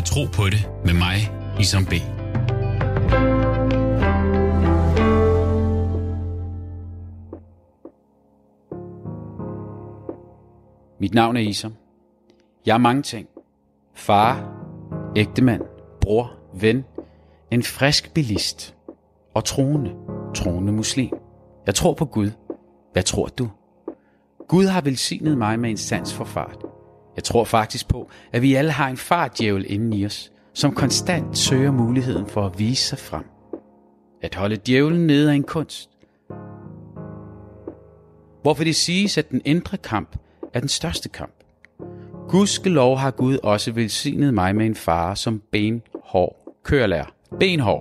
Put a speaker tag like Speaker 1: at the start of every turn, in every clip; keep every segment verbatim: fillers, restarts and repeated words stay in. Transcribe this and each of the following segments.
Speaker 1: Tro på det med mig, Isam B.
Speaker 2: Mit navn er Isam. Jeg er mange ting. Far, ægtemand, bror, ven, en frisk bilist og troende, troende muslim. Jeg tror på Gud. Hvad tror du? Gud har velsignet mig med en sans for fart. Jeg tror faktisk på, at vi alle har en fartdjævel inden i os, som konstant søger muligheden for at vise sig frem. At holde djævlen nede er en kunst. Hvorfor det siges, at den indre kamp er den største kamp. Gudskelov har Gud også velsignet mig med en far som benhård kørelærer. Benhård.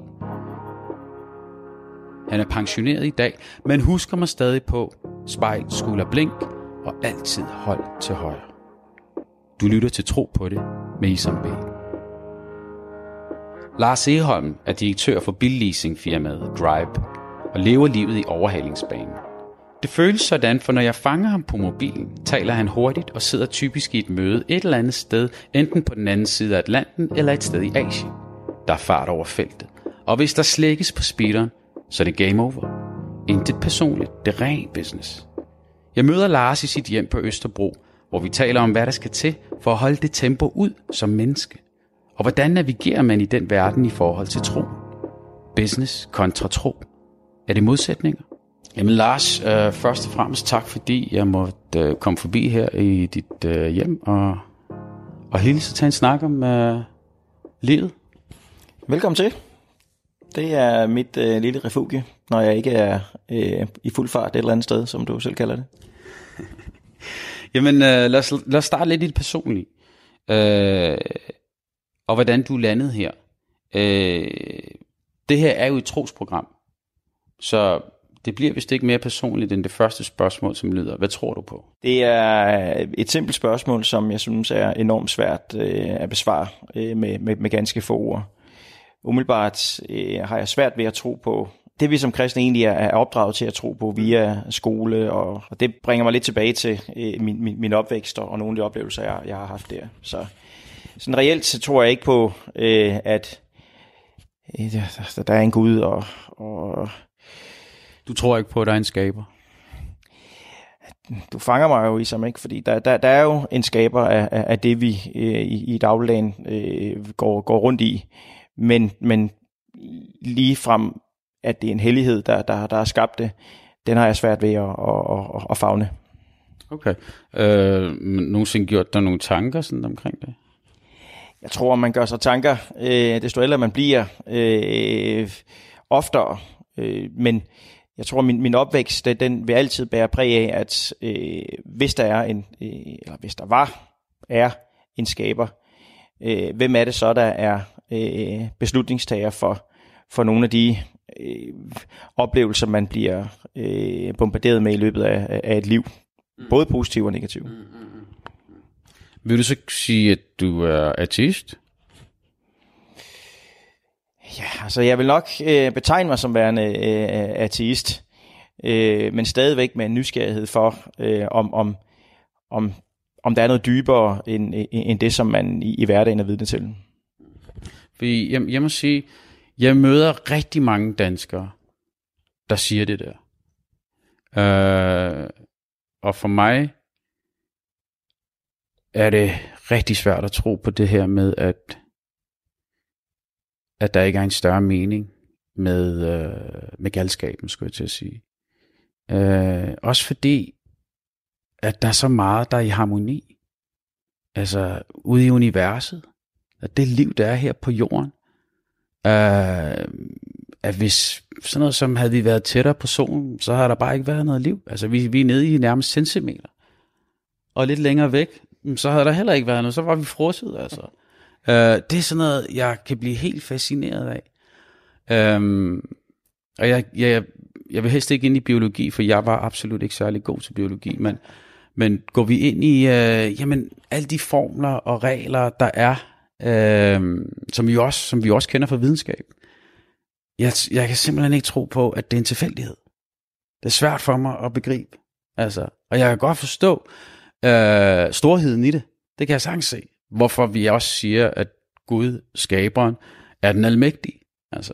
Speaker 2: Han er pensioneret i dag, men husker mig stadig på spejl, skulder, blink og altid hold til højre. Du lytter til Tro på det med Isam B. Lars Egholm er direktør for billeasingfirmaet Drive og lever livet i overhalingsbanen. Det føles sådan, for når jeg fanger ham på mobilen, taler han hurtigt og sidder typisk i et møde et eller andet sted, enten på den anden side af Atlanten eller et sted i Asien. Der er fart over feltet, og hvis der slækkes på speederen, så er det game over. Intet personligt, det er ren business. Jeg møder Lars i sit hjem på Østerbro, hvor vi taler om, hvad der skal til for at holde det tempo ud som menneske. Og hvordan navigerer man i den verden i forhold til tro? Business kontra tro. Er det modsætninger? Jamen Lars, øh, først og fremmest tak, fordi jeg måtte øh, komme forbi her i dit øh, hjem og, og hilse og tage en snak om øh, livet.
Speaker 3: Velkommen til. Det er mit øh, lille refugie, når jeg ikke er øh, i fuld fart et eller andet sted, som du selv kalder det.
Speaker 2: Jamen øh, lad, os, lad os starte lidt i det personlige. Øh, og hvordan du landede her. Øh, det her er jo et trosprogram, så det bliver vist ikke mere personligt end det første spørgsmål, som lyder: hvad tror du på?
Speaker 3: Det er et simpelt spørgsmål, som jeg synes er enormt svært øh, at besvare øh, med, med, med ganske få ord. Umiddelbart øh, har jeg svært ved at tro på det, vi som kristne egentlig er, er opdraget til at tro på via skole, og, og det bringer mig lidt tilbage til øh, min, min, min opvækst og nogle af de oplevelser, jeg, jeg har haft der. Så sådan reelt så tror jeg ikke på, øh, at øh, der, der er en Gud, og, og
Speaker 2: Du tror ikke på, at der er en skaber?
Speaker 3: Du fanger mig jo, Isam, ikke? Fordi der, der, der er jo en skaber af, af, af det, vi øh, i, i dagligdagen øh, går, går rundt i. Men, men lige frem, at det er en hellighed, der, der, der har skabt det, den har jeg svært ved at, at, at, at favne.
Speaker 2: Okay. Øh, nogensinde gjort dig nogle tanker sådan omkring det?
Speaker 3: Jeg tror, man gør sig tanker, øh, desto ældre man bliver, øh, oftere. Øh, men jeg tror, min, min opvækst, den vil altid bære præg af, at øh, hvis der er en, øh, eller hvis der var, er en skaber, øh, hvem er det så, der er øh, beslutningstager for, for nogle af de øh, oplevelser, man bliver øh, bombarderet med i løbet af, af et liv, både positivt og negativt.
Speaker 2: Vil du så sige, at du er ateist?
Speaker 3: Ja, altså jeg vil nok øh, betegne mig som værende øh, ateist, øh, men stadigvæk med en nysgerrighed for, øh, om, om, om, om der er noget dybere end, end det, som man i, i hverdagen er vidne til.
Speaker 2: Fordi jeg, jeg må sige, jeg møder rigtig mange danskere, der siger det der. Øh, og for mig er det rigtig svært at tro på det her med, at at der ikke er en større mening med, øh, med galskaben, skulle jeg til at sige. Øh, også fordi, at der er så meget, der er i harmoni. Altså, ude i universet. At det liv, der er her på jorden. Øh, at hvis sådan noget som, havde vi været tættere på solen, så har der bare ikke været noget liv. Altså, vi, vi er nede i nærmest centimeter. Og lidt længere væk, så havde der heller ikke været noget. Så var vi frosset, altså. Uh, det er sådan noget, jeg kan blive helt fascineret af. Um, og jeg, jeg, jeg vil helst ikke ind i biologi, for jeg var absolut ikke særlig god til biologi. Men, men går vi ind i uh, jamen, alle de formler og regler, der er, uh, som, vi også, som vi også kender fra videnskab. Jeg, jeg kan simpelthen ikke tro på, at det er en tilfældighed. Det er svært for mig at begribe. Altså, og jeg kan godt forstå uh, storheden i det. Det kan jeg sagtens se. Hvorfor vi også siger, at Gud, skaberen, er den almægtige. Altså,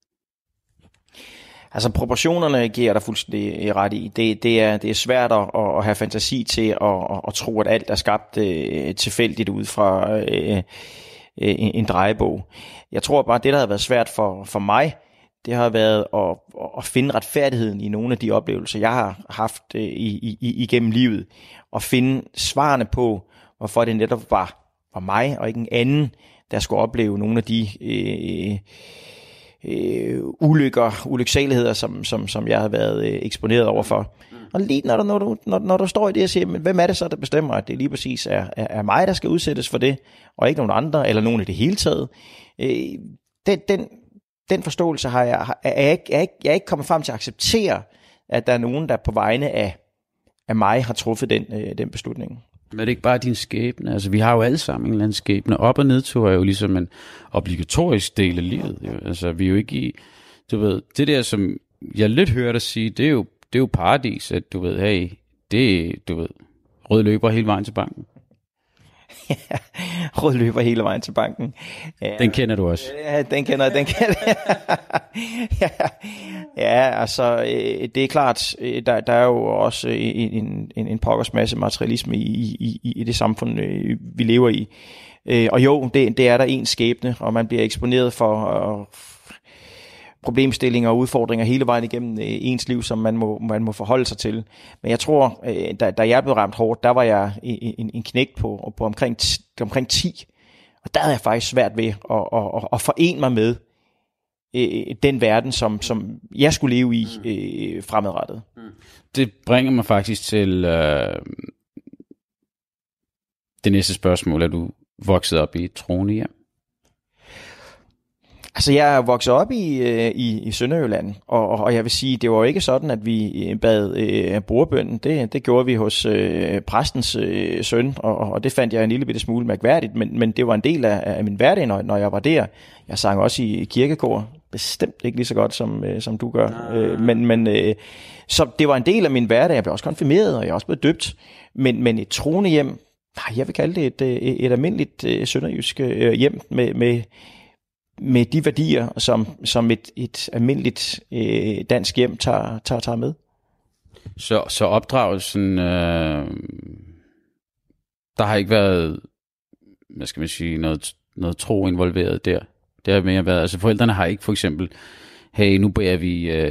Speaker 3: altså proportionerne giver der fuldstændig ret i. Det, det, er, det er svært at, at have fantasi til at, at, at tro, at alt er skabt øh, tilfældigt ud fra øh, en, en drejebog. Jeg tror bare, det der har været svært for, for mig, det har været at, at finde retfærdigheden i nogle af de oplevelser, jeg har haft øh, i, i, igennem livet, og finde svarene på, hvorfor det netop var, var mig og ikke en anden, der skulle opleve nogle af de øh, øh, ulykker, ulyksaligheder, som, som, som jeg har været øh, eksponeret overfor. Og lige når du, når, du, når, når du står i det og siger, men hvem er det så, der bestemmer, at det lige præcis er, er, er mig, der skal udsættes for det, og ikke nogen andre, eller nogen i det hele taget. Øh, den, den, den forståelse har jeg, er jeg, ikke, er jeg, jeg er ikke kommet frem til at acceptere, at der er nogen, der på vegne af, af mig har truffet den, øh, den beslutning.
Speaker 2: Men det er ikke bare din skæbne. Altså, vi har jo alle sammen en eller anden skæbne. Op- og nedtur er jo ligesom en obligatorisk del af livet. Jo. Altså, vi er jo ikke i... Du ved, det der, som jeg lidt hører dig sige, det er jo, det er jo paradis, at du ved, hey, det er, du ved, rød løber hele vejen til banken.
Speaker 3: Ja, rød løber hele vejen til banken. Ja,
Speaker 2: den kender du også.
Speaker 3: Ja, den kender den kender. ja, ja, altså det er klart, der, der er jo også en, en, en pokkers masse materialisme i, i, i det samfund, vi lever i. Og jo, det, det er der en skæbne, og man bliver eksponeret for problemstillinger og udfordringer hele vejen igennem ens liv, som man må, man må forholde sig til. Men jeg tror, da, da jeg blev ramt hårdt, der var jeg en, en knægt på, på omkring, omkring ti. Og der havde jeg faktisk svært ved at, at, at forene mig med øh, den verden, som, som jeg skulle leve i øh, fremadrettet.
Speaker 2: Det bringer mig faktisk til øh, det næste spørgsmål. Er du vokset op i et troende hjem?
Speaker 3: Altså, jeg er vokset op i, øh, i, i Sønderjylland, og, og jeg vil sige, det var jo ikke sådan, at vi bad øh, bordbønnen. Det, det gjorde vi hos øh, præstens øh, søn, og, og det fandt jeg en lille bitte smule mærkværdigt, men, men det var en del af, af min hverdag, når, når jeg var der. Jeg sang også i kirkekor, bestemt ikke lige så godt, som, øh, som du gør, øh, men, men øh, så det var en del af min hverdag. Jeg blev også konfirmeret, og jeg er også blevet døbt, men, men et troende hjem, nej, jeg vil kalde det et, et, et almindeligt øh, sønderjysk øh, hjem med... med med de værdier, som, som et, et almindeligt øh, dansk hjem tager, tager, tager med.
Speaker 2: Så, så opdragelsen, øh, der har ikke været, hvad skal man sige, noget, noget tro involveret der. Det har mere været, altså forældrene har ikke for eksempel, hey, nu beder vi, øh,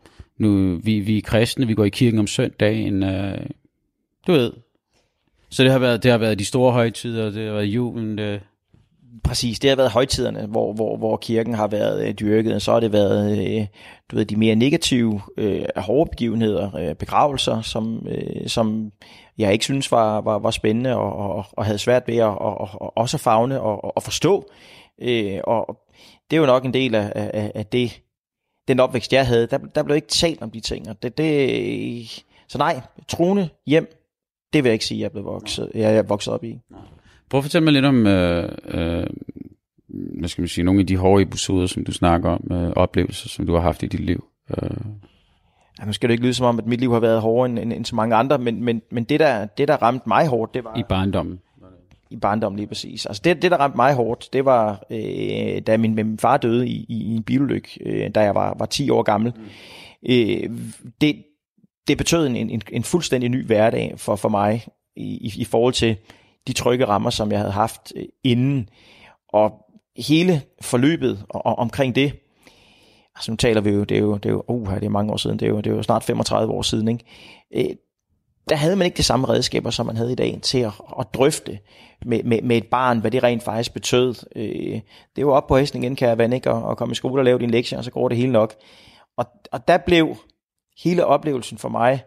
Speaker 2: nu, vi, vi er kristne, vi går i kirken om søndagen, øh, du ved. Så det har været, det har været de store højtider, det har været julen, det.
Speaker 3: Præcis, det har været højtiderne, hvor, hvor, hvor kirken har været øh, dyrket, og så har det været øh, du ved, de mere negative, øh, hårde begivenheder, øh, begravelser, som, øh, som jeg ikke synes var, var, var spændende, og, og, og havde svært ved at og, og, også favne og, og forstå. Øh, og det er jo nok en del af, af, af det, den opvækst, jeg havde. Der, der blev ikke talt om de ting. Og det, det, så nej, troende hjem, det vil jeg ikke sige, jeg er blevet vokset, jeg er vokset op i.
Speaker 2: Prøv at fortælle mig lidt om, øh, øh, hvad skal man sige, nogle af de hårde episoder, som du snakker om, øh, oplevelser, som du har haft i dit liv. Øh.
Speaker 3: Ja, nu skal det ikke lyde som om, at mit liv har været hårdere end, end, end så mange andre, men, men, men det, der, det, der ramte mig hårdt, det var...
Speaker 2: I barndommen?
Speaker 3: I barndommen, lige præcis. Altså det, det der ramte mig hårdt, det var, øh, da min, min far døde i, i, i en bilulykke, øh, da jeg var, var ti år gammel. Mm. Øh, det, det betød en, en, en fuldstændig ny hverdag for, for mig, i, i, i forhold til de trygge rammer, som jeg havde haft øh, inden. Og hele forløbet og, og, omkring det, altså nu taler vi jo, det er jo, det er jo, uh, det er mange år siden, det er jo, det er jo snart femogtredive år siden, ikke? Øh, der havde man ikke de samme redskaber, som man havde i dag, til at, at drøfte med, med, med et barn, hvad det rent faktisk betød. Øh, det er jo op på hesten igen, kære ven, ikke? Og, og komme i skole og lave dine lektier, og så går det hele nok. Og, og der blev hele oplevelsen for mig,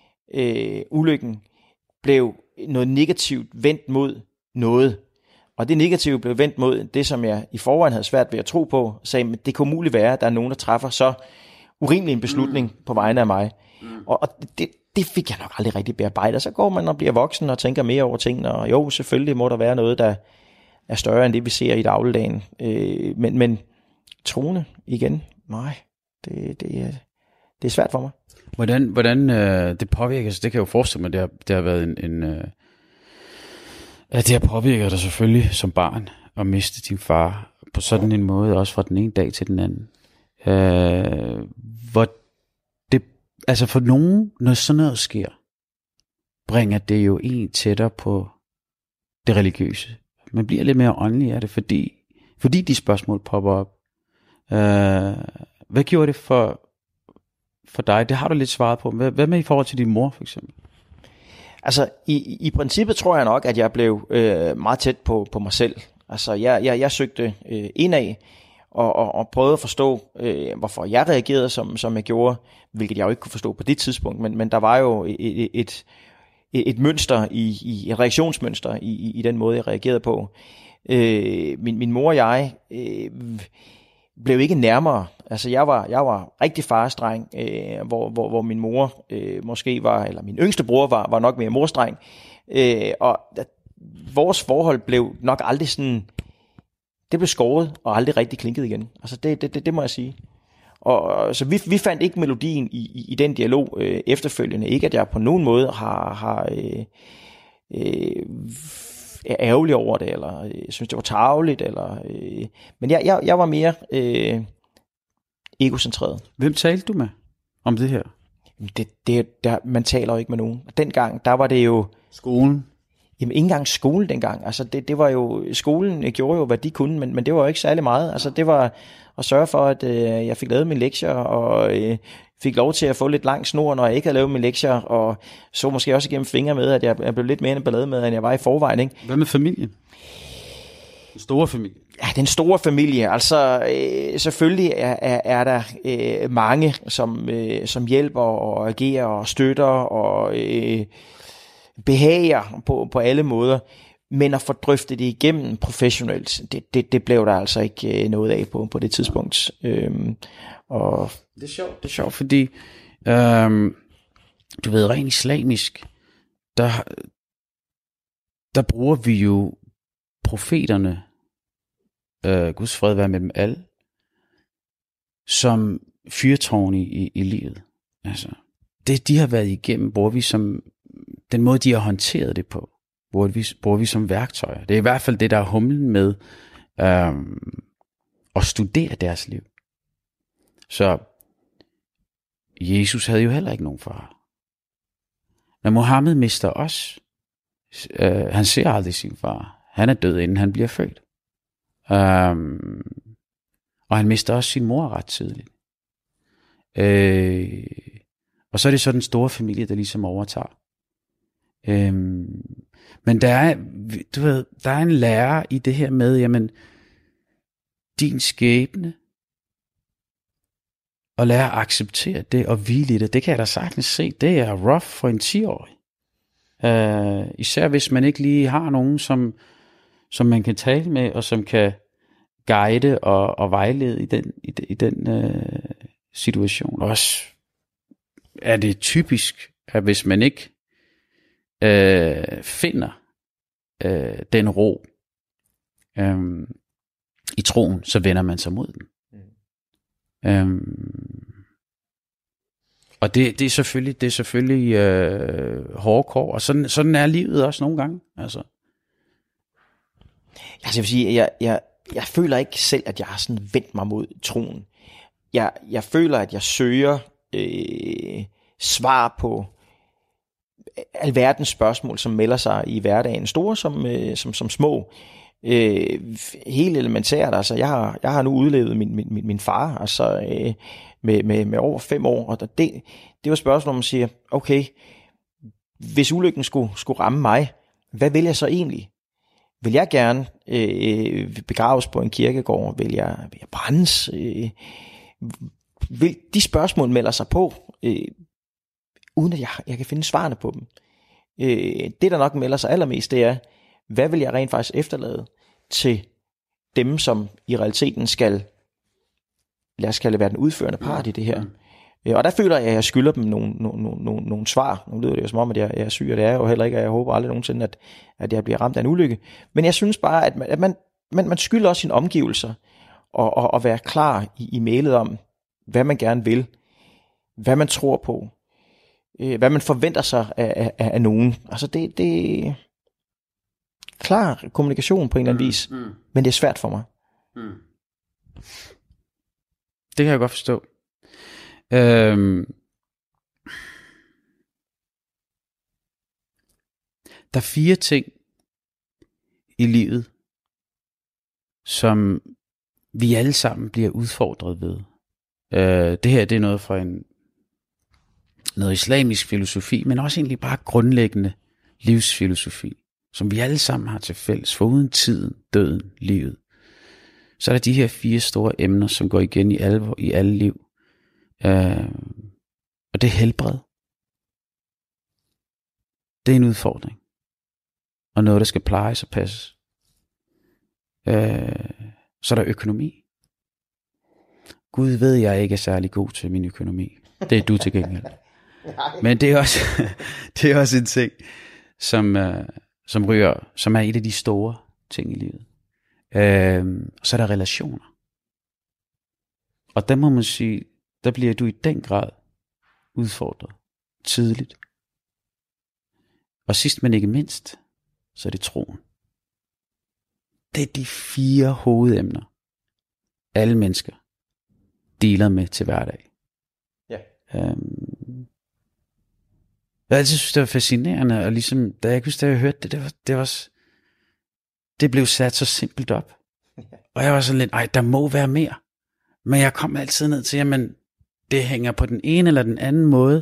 Speaker 3: øh, ulykken, blev noget negativt vendt mod noget. Og det negative blev vendt mod det, som jeg i forvejen havde svært ved at tro på, sagde, at det kunne muligt være, at der er nogen, der træffer så urimelig en beslutning mm. på vegne af mig. Mm. Og, og det, det fik jeg nok aldrig rigtig bearbejdet. Så går man og bliver voksen og tænker mere over tingene, og jo, selvfølgelig må der være noget, der er større end det, vi ser i dagligdagen. Øh, men, men troende igen, nej, det, det, er, det er svært for mig.
Speaker 2: Hvordan, hvordan øh, det påvirker sig, det kan jeg jo forestille mig, det har, det har været en, en øh, ja, det har påvirket dig selvfølgelig som barn. at miste din far på sådan en måde, også fra den ene dag til den anden. Øh, hvor det, altså for nogen, når sådan noget sker, bringer det jo en tættere på det religiøse. Man bliver lidt mere åndelig af det, fordi, fordi de spørgsmål popper op. Øh, hvad gjorde det for, for dig? Det har du lidt svaret på. Hvad, hvad med i forhold til din mor, for eksempel?
Speaker 3: Altså, i, i princippet tror jeg nok, at jeg blev øh, meget tæt på, på mig selv. Altså, jeg, jeg, jeg søgte øh, indad, og, og, og prøvede at forstå, øh, hvorfor jeg reagerede, som, som jeg gjorde, hvilket jeg jo ikke kunne forstå på det tidspunkt, men, men der var jo et, et, et, et mønster, i, i, et reaktionsmønster i, i, i den måde, jeg reagerede på. Øh, min, min mor og jeg øh, blev ikke nærmere. Altså, jeg var, jeg var rigtig farestreng, øh, hvor, hvor, hvor min mor øh, måske var, eller min yngste bror var, var nok mere morstreng. Øh, og at, vores forhold blev nok aldrig sådan, det blev skåret og aldrig rigtig klinket igen. Altså, det, det, det, det må jeg sige. Og så vi, vi fandt ikke melodien i, i, i den dialog øh, efterfølgende. Ikke at jeg på nogen måde har, har øh, øh, er ærgerlig over det, eller øh, synes det var tarveligt, eller øh, men jeg, jeg, jeg var mere øh, egocentreret.
Speaker 2: Hvem talte du med om det her?
Speaker 3: Det, det, der, man taler jo ikke med nogen. Dengang, der var det jo
Speaker 2: skolen.
Speaker 3: Jamen ikke engang skole dengang. Altså det, det var jo, skolen gjorde jo, hvad de kunne, men, men det var jo ikke særlig meget. Altså det var at sørge for, at øh, jeg fik lavet mine lektier, og øh, fik lov til at få lidt lang snor, når jeg ikke havde lavet mine lektier, og så måske også igennem fingre med, at jeg, jeg blev lidt mere en ballade med, end jeg var i forvejen. Ikke?
Speaker 2: Hvad med familien? Den store familie?
Speaker 3: Ja, den store familie. Altså øh, selvfølgelig er, er, er der øh, mange, som, øh, som hjælper og agerer og støtter og øh, behager på, på alle måder. Men at få drøftet det igennem professionelt, det, det, det blev der altså ikke øh, noget af på, på det tidspunkt. Øhm, og
Speaker 2: det er sjovt, det er sjovt, fordi øhm, du ved, rent islamisk, der, der bruger vi jo profeterne, øh, Guds fred være med dem alle, som fyrtårn i, i, i livet. Altså, det de har været igennem, bruger vi som den måde, de har håndteret det på. Bruger vi, bruger vi som værktøjer. Det er i hvert fald det, der er humlen med øhm, at studere deres liv. Så Jesus havde jo heller ikke nogen far. Men Mohammed mister også. Øh, han ser aldrig sin far. Han er død, inden han bliver født. Øhm, og han mister også sin mor ret tidligt. Øh, og så er det så den store familie, der ligesom overtager. Øhm, men der er, du ved, der er en lærer i det her med, jamen, din skæbne, og lære at acceptere det og hvile i det, det kan jeg da sagtens se, det er rough for en ti-årig. Øh, især hvis man ikke lige har nogen, som, som man kan tale med, og som kan guide og, og vejlede i den, i, i den øh, situation. Også er det typisk, at hvis man ikke øh, finder øh, den ro øh, i troen, så vender man sig mod den. Mm. Øhm, og det, det er selvfølgelig, det er selvfølgelig øh, hårdkår, og sådan, sådan er livet også nogle gange. Altså,
Speaker 3: altså jeg vil sige, jeg, jeg, jeg føler ikke selv, at jeg har sådan vendt mig mod troen. Jeg, jeg føler, at jeg søger øh, svar på alverdens spørgsmål, som melder sig i hverdagen, store som, øh, som, som små. Øh, helt elementært, altså jeg har, jeg har nu udlevet min, min, min far, altså øh, med, med, med over fem år, og det, det var spørgsmål, man siger, okay, hvis ulykken skulle, skulle ramme mig, hvad vil jeg så egentlig? Vil jeg gerne øh, begraves på en kirkegård? Vil jeg, vil jeg brændes? Øh, vil, de spørgsmål melder sig på, øh, uden at jeg, jeg kan finde svarene på dem. Øh, det der nok melder sig allermest, det er, hvad vil jeg rent faktisk efterlade til dem, som i realiteten skal, lad os kalde det, være den udførende part i det her. Mm. Og der føler jeg, at jeg skylder dem nogle, nogle, nogle, nogle svar. Nu lyder det jo som om, at jeg, jeg er syg, og det er jeg jo heller ikke, og jeg håber aldrig nogensinde, at, at jeg bliver ramt af en ulykke. Men jeg synes bare, at man, at man, man, man skylder også sine omgivelser, og, og, og være klar i, i mailet om, hvad man gerne vil, hvad man tror på, hvad man forventer sig af, af, af nogen. Altså det, det klar kommunikation på en eller anden
Speaker 2: Mm,
Speaker 3: vis,
Speaker 2: mm,
Speaker 3: men det er svært for mig.
Speaker 2: mm. Det kan jeg godt forstå. Øhm, der er fire ting i livet, som vi alle sammen bliver udfordret ved. Øh, det her, det er noget fra en noget islamisk filosofi, men også egentlig bare grundlæggende livsfilosofi, som vi alle sammen har til fælles, foruden tiden, døden, livet. Så er der de her fire store emner, som går igen i alle, i alle liv. Øh, og det er helbred. Det er en udfordring. Og noget, der skal plejes og passes. Øh, så er der økonomi. Gud ved, jeg ikke er særlig god til min økonomi. Det er du til gengæld. Men det er også, det er også en ting, som, uh, som ryger, som er et af de store ting i livet. Uh, så er der relationer. Og der må man sige, der bliver du i den grad udfordret tidligt. Og sidst men ikke mindst, så er det troen. Det er de fire hovedemner, alle mennesker dealer med til hverdag.
Speaker 3: Ja.
Speaker 2: Um, jeg altid synes, det var fascinerende, og ligesom, da jeg husker, da jeg hørte det, det var, det var også, det blev sat så simpelt op. Og jeg var sådan lidt, ej, der må være mere. Men jeg kom altid ned til, jamen, det hænger på den ene eller den anden måde,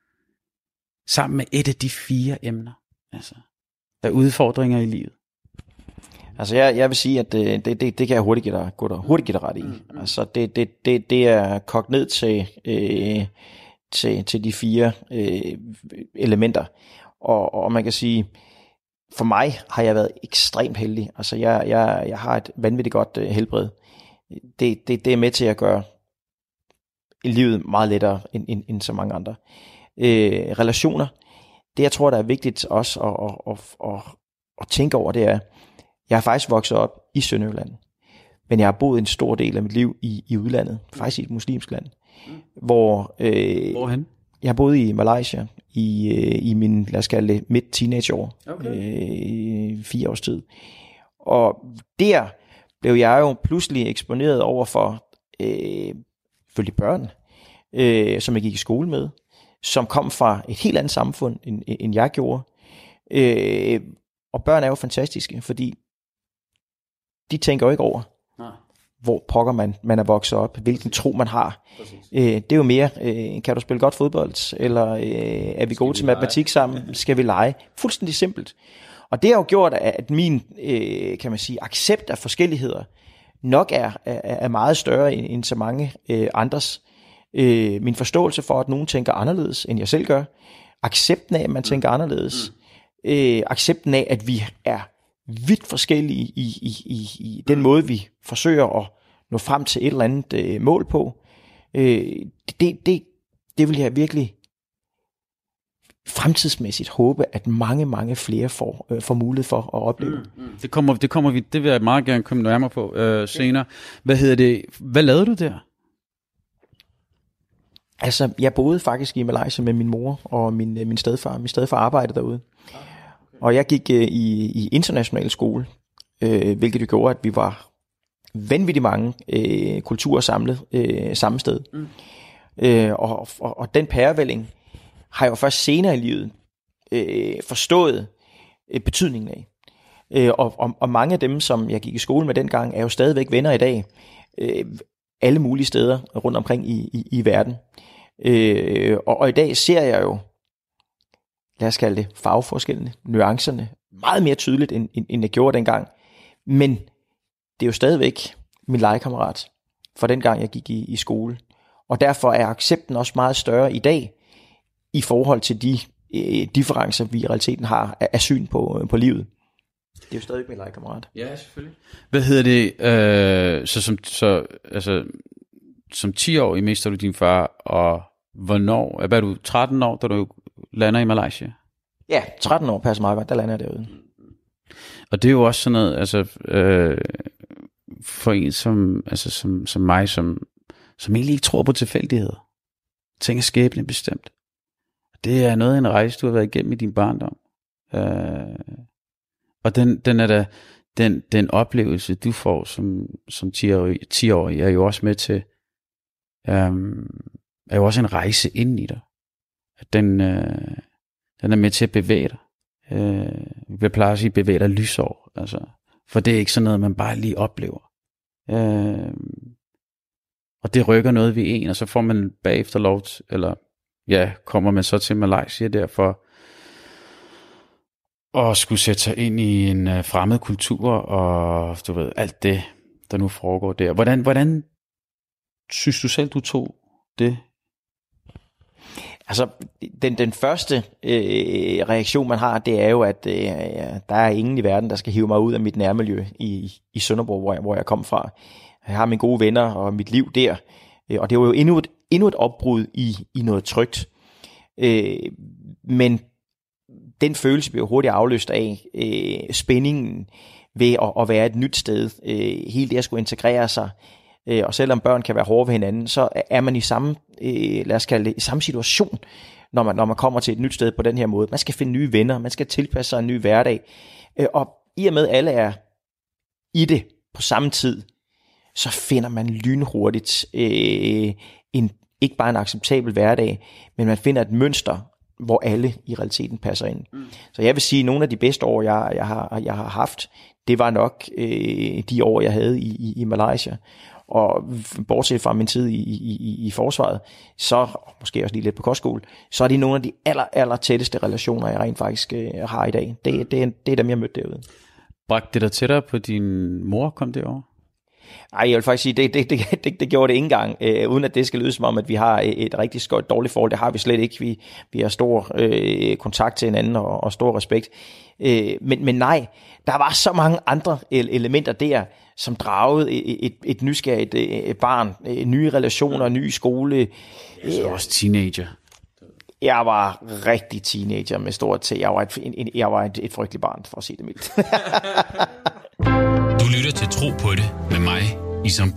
Speaker 2: sammen med et af de fire emner. Altså, der er udfordringer i livet.
Speaker 3: Altså jeg, jeg vil sige, at det, det, det, det kan jeg hurtigt give dig, hurtigt give dig ret i. Mm-hmm. Altså det, det, det, det er kogt ned til, øh, til, til de fire øh, elementer. Og, og man kan sige, for mig har jeg været ekstremt heldig. Altså jeg, jeg, jeg har et vanvittigt godt øh, helbred. Det, det, det er med til at gøre livet meget lettere end, end, end så mange andre. Øh, relationer, det jeg tror, der er vigtigt også at, at, at, at, at tænke over, det er, jeg har faktisk vokset op i Sønderjylland, men jeg har boet en stor del af mit liv i, i udlandet, faktisk i et muslimsk land, mm. hvor øh,
Speaker 2: Hvorhen?
Speaker 3: Jeg har boet i Malaysia i, øh, i min, lad os kalde det, midt teenageår,
Speaker 2: Okay.
Speaker 3: øh, fire års tid. Og der blev jeg jo pludselig eksponeret over for øh, følge børn, øh, som jeg gik i skole med, som kom fra et helt andet samfund, end, end jeg gjorde. Øh, og børn er jo fantastiske, fordi de tænker jo ikke over, nej, hvor pokker man, man er vokset op, hvilken tro man har. Øh, det er jo mere, øh, kan du spille godt fodbold, eller øh, er vi gode til matematik sammen, skal vi lege? Fuldstændig simpelt. Og det har jo gjort, at min, øh, kan man sige, accept af forskelligheder, nok er, er, er meget større end, end så mange øh, andres. Øh, min forståelse for, at nogen tænker anderledes, end jeg selv gør. Accepten af, at man tænker anderledes. Øh, accepten af, at vi er vidt forskellige i, i, i, i den måde, vi forsøger at nå frem til et eller andet øh, mål på. Øh, det, det, det vil jeg virkelig fremtidsmæssigt håbe, at mange, mange flere får, øh, får mulighed for at opleve.
Speaker 2: Mm, mm. Det kommer, det kommer vi, det vil jeg meget gerne komme nærmere på øh, senere. Hvad hedder det? Hvad lavede du der?
Speaker 3: Altså, jeg boede faktisk i Malaysia med min mor og min, min stedfar. Min stedfar arbejdede derude. Og jeg gik øh, i, i international skole, øh, hvilket jo gjorde, at vi var vanvittigt mange øh, kulturer samlet øh, samme sted. Mm. Øh, og, og, og den pærevælling har jeg jo først senere i livet øh, forstået øh, betydningen af. Øh, og, og, og mange af dem, som jeg gik i skole med dengang, er jo stadigvæk venner i dag. Øh, alle mulige steder rundt omkring i, i, i verden. Øh, og, og i dag ser jeg jo, lad os kalde det, farveforskellene, nuancerne, meget mere tydeligt, end, end, end jeg gjorde dengang. Men det er jo stadigvæk min legekammerat, fra dengang jeg gik i, i skole. Og derfor er accepten også meget større i dag, i forhold til de øh, differencer, vi i realiteten har af, af syn på, på livet. Det er jo stadig min legekammerat.
Speaker 2: Ja, selvfølgelig. Hvad hedder det? Øh, så som så altså som ti-årig mister du din far, og hvornår? Er du tretten år, da du lander i Malaysia?
Speaker 3: Ja, tretten år passer meget godt, der lander jeg derude.
Speaker 2: Og det er jo også sådan noget, altså øh, for en som altså som som mig, som som egentlig ikke tror på tilfældigheder, tænker skæbne bestemt. Det er noget af en rejse, du har været igennem i din barndom. Øh, Og den, den er da, den, den oplevelse, du får som, som ti-årig, er jo også med til, øhm, er jo også en rejse ind i dig. Den, øh, den er med til at bevæge dig. Øh, vi plejer at sige, bevæge dig lysår. Altså, for det er ikke sådan noget, man bare lige oplever. Øh, og det rykker noget ved en, og så får man bagefter lov til, eller ja, kommer man så til Malaysia derfor, og skulle sætte sig ind i en uh, fremmed kultur, og du ved, alt det, der nu foregår der. Hvordan, hvordan synes du selv, du tog det?
Speaker 3: Altså, den, den første øh, reaktion, man har, det er jo, at øh, der er ingen i verden, der skal hive mig ud af mit nærmiljø i, i Sønderborg, hvor jeg, hvor jeg kom fra. Jeg har mine gode venner og mit liv der, øh, og det var jo endnu et, endnu et opbrud i, i noget trygt. Øh, men den følelse bliver hurtigt afløst af øh, spændingen ved at, at være et nyt sted. Øh, hele det at skulle integrere sig, øh, og selvom børn kan være hårde ved hinanden, så er man i samme, øh, lad os kalde det, i samme situation, når man, når man kommer til et nyt sted på den her måde. Man skal finde nye venner, man skal tilpasse sig en ny hverdag, øh, og i og med at alle er i det på samme tid, så finder man lynhurtigt øh, en, ikke bare en acceptabel hverdag, men man finder et mønster, hvor alle i realiteten passer ind. Mm. Så jeg vil sige, at nogle af de bedste år, jeg, jeg, har, jeg har haft, det var nok øh, de år, jeg havde i, i, i Malaysia. Og bortset fra min tid i, i, i, i forsvaret, så, måske også lige lidt på kostskole, så er det nogle af de aller, aller tætteste relationer, jeg rent faktisk øh, har i dag. Det, det, det er dem, jeg mødte derude.
Speaker 2: Bragte det dig tættere på din mor, kom det over?
Speaker 3: Nej, jeg vil faktisk sige, det, det, det, det, det gjorde det ikke engang, øh, uden at det skal lyde som om, at vi har et rigtig skøjt dårligt forhold. Det har vi slet ikke. Vi, vi har stor øh, kontakt til hinanden og, og stor respekt. Øh, men, men nej, der var så mange andre elementer der, som dragede et, et, et nysgerrigt et barn, nye relationer, ny skole.
Speaker 2: Så også teenager.
Speaker 3: Jeg var rigtig teenager med stort T. Jeg var et, en, jeg var et, et frygteligt barn, for at sige det mildt.
Speaker 1: Du lytter til Tro på det med mig, Isam B.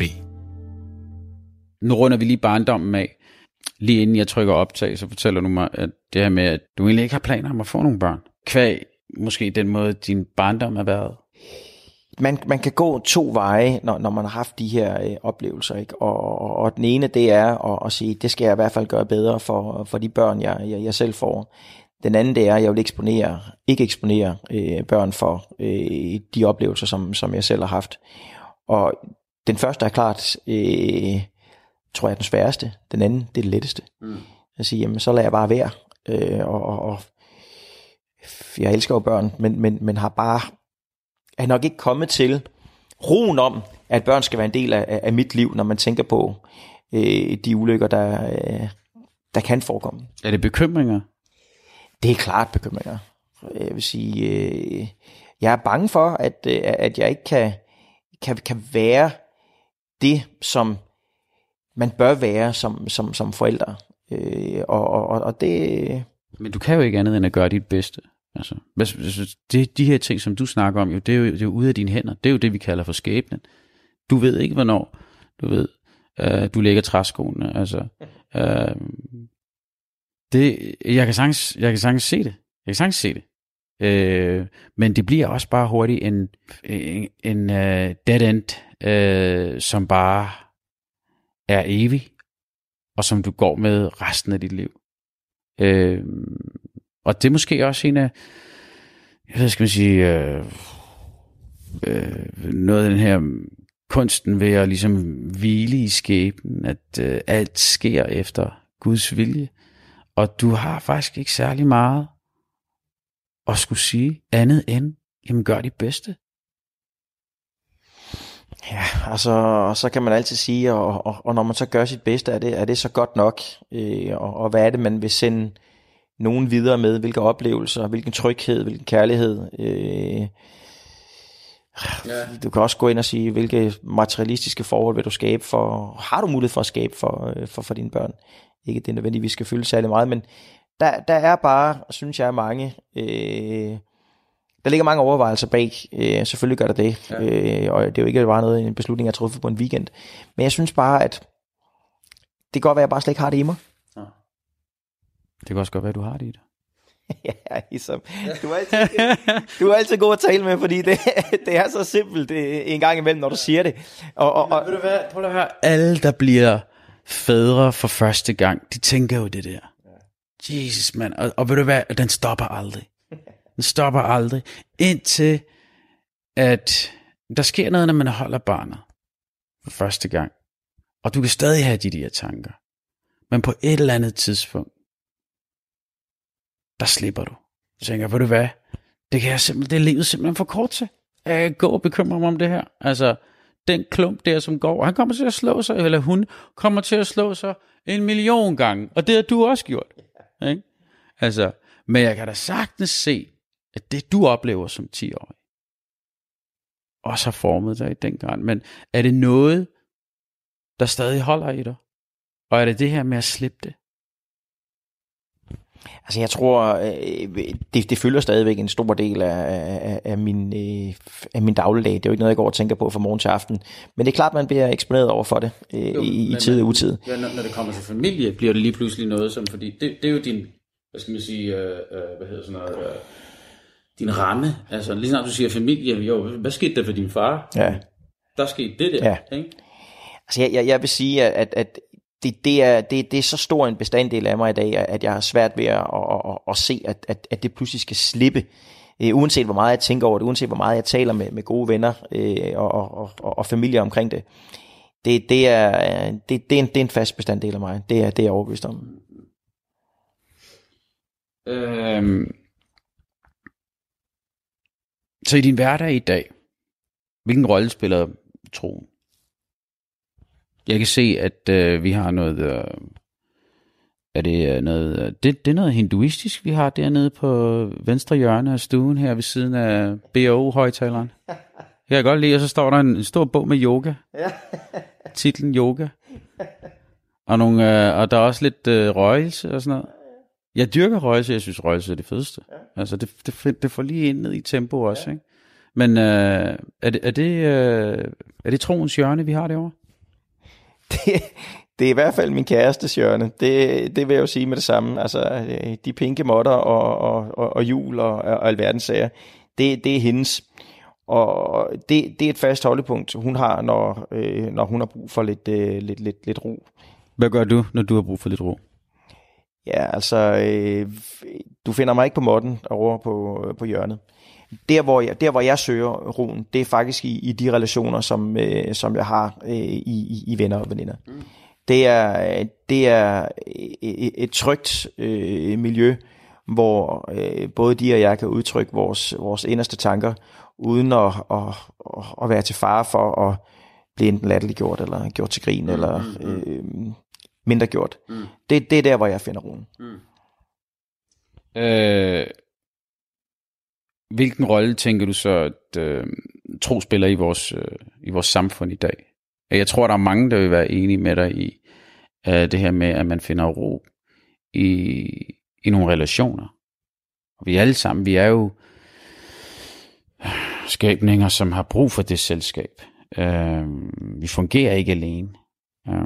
Speaker 2: Nu runder vi lige barndommen af. Lige inden jeg trykker optag, så fortæller du mig, at det her med, at du egentlig ikke har planer om at få nogle børn. Kvæg måske den måde, din barndom har været.
Speaker 3: Man, man kan gå to veje, når, når man har haft de her øh, oplevelser, ikke? Og, og, og den ene, det er at, at sige, det skal jeg i hvert fald gøre bedre for, for de børn, jeg, jeg, jeg selv får. Den anden, det er, at jeg vil eksponere, ikke eksponere øh, børn for øh, de oplevelser, som, som jeg selv har haft. Og den første er klart, øh, tror jeg er den sværeste. Den anden, det er det letteste. Mm. At sige, jamen så lader jeg bare være. Øh, og, og, og jeg elsker jo børn, men, men, men har bare er nok ikke kommet til roen om, at børn skal være en del af, af mit liv, når man tænker på øh, de ulykker, der, øh, der kan forekomme.
Speaker 2: Er det bekymringer?
Speaker 3: Det er klart bekymringer. Jeg vil sige, øh, jeg er bange for, at, øh, at jeg ikke kan, kan, kan være det, som man bør være som, som, som forældre. Øh, og, og, og det...
Speaker 2: Men du kan jo ikke andet end at gøre dit bedste. Altså, det, de her ting, som du snakker om, jo, det, er jo, det er jo ude af dine hænder. Det er jo det, vi kalder for skæbnen. Du ved ikke, hvornår du ved, øh, du lægger træskoene. Altså, øh, det, jeg kan sagtens, jeg kan sagtens se det. Jeg kan sagtens se det. Øh, men det bliver også bare hurtigt en, en, en uh, dead end, uh, som bare er evig, og som du går med resten af dit liv. Øh, og det er måske også en af, hvad skal man sige, øh, øh, noget af den her kunsten ved at ligesom hvile i skæbnen, at øh, alt sker efter Guds vilje. Og du har faktisk ikke særlig meget at skulle sige andet end, jamen gør dit bedste.
Speaker 3: Ja, altså, så kan man altid sige, og, og, og når man så gør sit bedste, er det, er det så godt nok? Øh, og, og hvad er det, man vil sende nogen videre med? Hvilke oplevelser, hvilken tryghed, hvilken kærlighed? Øh, ja. Du kan også gå ind og sige, hvilke materialistiske forhold vil du skabe for, har du mulighed for at skabe for, for, for dine børn? Ikke det nødvendigvis skal fylde særlig meget, men der, der er bare, synes jeg, mange... Øh, Der ligger mange overvejelser bag, øh, selvfølgelig gør der det, ja. øh, og det er jo ikke bare noget, en beslutning, jeg har truffet på en weekend. Men jeg synes bare, at det kan godt være, at jeg bare slet ikke har det i mig.
Speaker 2: Ja. Det kan også godt være, at du har det i dig.
Speaker 3: Ja, Isam. Du er altid, du er altid god at tale med, fordi det, det er så simpelt det, en gang imellem, når du siger det. Og, og, og,
Speaker 2: Ved du hvad, prøv at høre. Alle, der bliver fædre for første gang, de tænker jo det der. Jesus, mand. Og, og ved du hvad, den stopper aldrig. Den stopper aldrig. Indtil, at der sker noget, når man holder barnet for første gang. Og du kan stadig have de der tanker. Men på et eller andet tidspunkt, der slipper du. Så tænker, ved du hvad, det kan jeg simpelthen, det er livet simpelthen for kort til. Jeg kan gå og bekymre mig om det her. Altså, den klump der, som går, han kommer til at slå sig, eller hun kommer til at slå sig en million gange. Og det har du også gjort. Ikke? Altså, men jeg kan da sagtens se, at det du oplever som ti-årig, også har formet dig i den grad. Men er det noget, der stadig holder i dig? Og er det det her med at slippe det?
Speaker 3: Altså jeg tror, det, det fylder stadigvæk en stor del af, af, af, min, af min dagligdag. Det er jo ikke noget, jeg går og tænker på fra morgen til aften. Men det er klart, man bliver eksponeret over for det jo, i, i tid og utid.
Speaker 2: Ja, når, når det kommer til familie, bliver det lige pludselig noget som, fordi det, det er jo din, hvad skal man sige, øh, øh, hvad hedder sådan noget, øh, din ramme. Altså lige snart du siger familie, jo, hvad skete der for din far?
Speaker 3: Ja.
Speaker 2: Der skete det der,
Speaker 3: ja.
Speaker 2: Ikke?
Speaker 3: Altså jeg, jeg, jeg vil sige, at, at Det, det, er, det, det er så stor en bestanddel af mig i dag, at jeg har svært ved at, at, at, at se, at, at, at det pludselig skal slippe. Uh, uanset hvor meget jeg tænker over det, uanset hvor meget jeg taler med, med gode venner uh, og, og, og, og familie omkring det. Det, det, er, det, det, er en, det er en fast bestanddel af mig. Det er, det er jeg overbevist om.
Speaker 2: Øhm. Så i din hverdag i dag, hvilken rolle spiller troen? Jeg kan se, at øh, vi har noget, øh, er det noget, øh, det, det er noget hinduistisk, vi har dernede på venstre hjørne af stuen her ved siden af B O-højtaleren. Det kan jeg godt lide, og så står der en, en stor bog med yoga. Titlen yoga. Og, nogle, øh, og der er også lidt øh, røgelse og sådan noget. Jeg dyrker røgelse, jeg synes røgelse er det fedeste. Altså det, det, det får lige ind ned i tempo også, ikke? Men øh, er, det, er, det, øh, er det troens hjørne, vi har derovre?
Speaker 3: Det, det er i hvert fald min kærestes hjørne. Det, det vil jeg jo sige med det samme. Altså, de pinke måtter og, og, og, og jul og, og alverdens sager, det, det er hendes. Og det, det er et fast holdepunkt, hun har, når, øh, når hun har brug for lidt, øh, lidt, lidt, lidt ro.
Speaker 2: Hvad gør du, når du har brug for lidt ro?
Speaker 3: Ja, altså, øh, du finder mig ikke på måtten over på, på hjørnet. Der hvor, jeg, der, hvor jeg søger roen, det er faktisk i, i de relationer, som, øh, som jeg har øh, i, i venner og veninder. Mm. Det er, det er et, et trygt øh, miljø, hvor øh, både de og jeg kan udtrykke vores, vores inderste tanker, uden at, at, at være til fare for at blive enten latterliggjort, eller gjort til grin, mm, eller øh, mindre gjort. Mm. Det, det er der, hvor jeg finder roen. Mm.
Speaker 2: Øh... Hvilken rolle tænker du så, at øh, tro spiller i vores, øh, i vores samfund i dag? Jeg tror, der er mange, der vil være enige med dig i øh, det her med, at man finder ro i, i nogle relationer. Og vi alle sammen, vi er jo skabninger, som har brug for det selskab. Øh, vi fungerer ikke alene. Øh,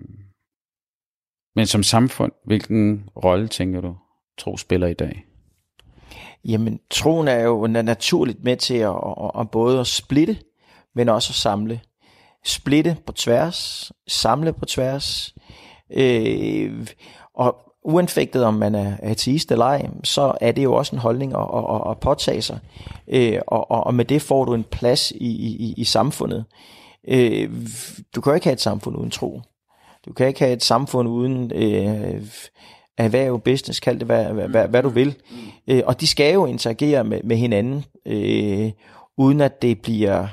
Speaker 2: men som samfund, hvilken rolle tænker du, tro spiller i dag?
Speaker 3: Jamen, troen er jo naturligt med til at, at, at både at splitte, men også at samle. Splitte på tværs, samle på tværs. Øh, og uanfægtet om man er ateist eller ej, så er det jo også en holdning at, at, at påtage sig. Øh, og, og med det får du en plads i, i, i samfundet. Øh, du kan jo ikke have et samfund uden tro. Du kan ikke have et samfund uden øh, erhverv, business, kald det hvad, hvad, hvad, hvad du vil. Øh, og de skal jo interagere med, med hinanden, øh, uden at det bliver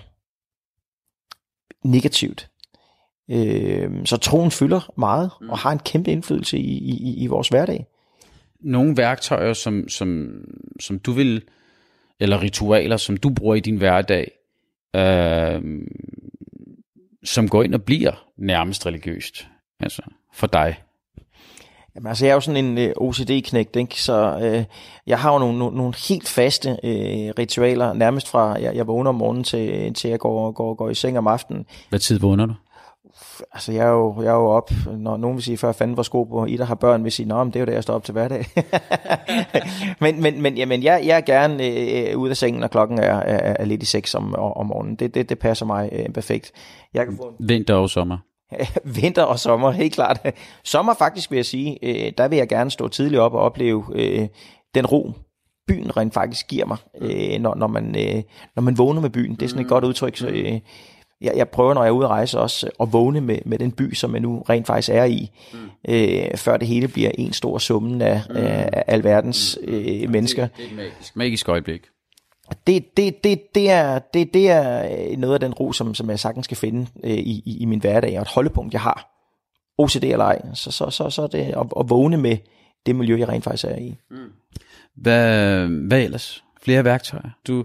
Speaker 3: negativt. Øh, så troen fylder meget, og har en kæmpe indflydelse i, i, i vores hverdag.
Speaker 2: Nogle værktøjer, som, som, som du vil, eller ritualer, som du bruger i din hverdag, øh, som går ind og bliver nærmest religiøst, altså for dig?
Speaker 3: Jamen, altså jeg er jo sådan en øh, O C D-knægt, ikke? Så øh, jeg har jo nogle, nogle, nogle helt faste øh, ritualer, nærmest fra jeg, jeg vågner om morgenen til, til jeg går, går, går i seng om aftenen.
Speaker 2: Hvad tid vågner du?
Speaker 3: Altså, jeg er jo, jeg er jo op, når nogen vil sige, før fanden var sko på, I der har børn, vil sige, nå, men det er jo det, jeg står op til hverdag. men, men, men jamen, jeg, jeg er gerne øh, ude af sengen, når klokken er, er, er lidt i seks om, om morgenen. Det, det, det passer mig øh, perfekt. Jeg kan få en...
Speaker 2: Vinter og sommer.
Speaker 3: Vinter og sommer, helt klart. Sommer faktisk, vil jeg sige, øh, der vil jeg gerne stå tidligt op og opleve øh, den ro, byen rent faktisk giver mig, øh, når, når, man, øh, når man vågner med byen. Det er sådan et godt udtryk, så... Øh, Jeg, jeg prøver, når jeg er ude at rejse også, at vågne med, med den by, som jeg nu rent faktisk er i, mm. øh, før det hele bliver en stor summen af, mm. af alverdens øh, mennesker.
Speaker 2: Det, det er et magisk, magisk øjeblik.
Speaker 3: Det, det, det, det, er, det, det er noget af den ro, som, som jeg sagtens skal finde øh, i, i, i min hverdag, og et holdepunkt, jeg har. O C D eller ej, så, så, så, så er det at, at vågne med det miljø, jeg rent faktisk er i. Mm.
Speaker 2: Hvad, hvad ellers? Flere værktøjer? Du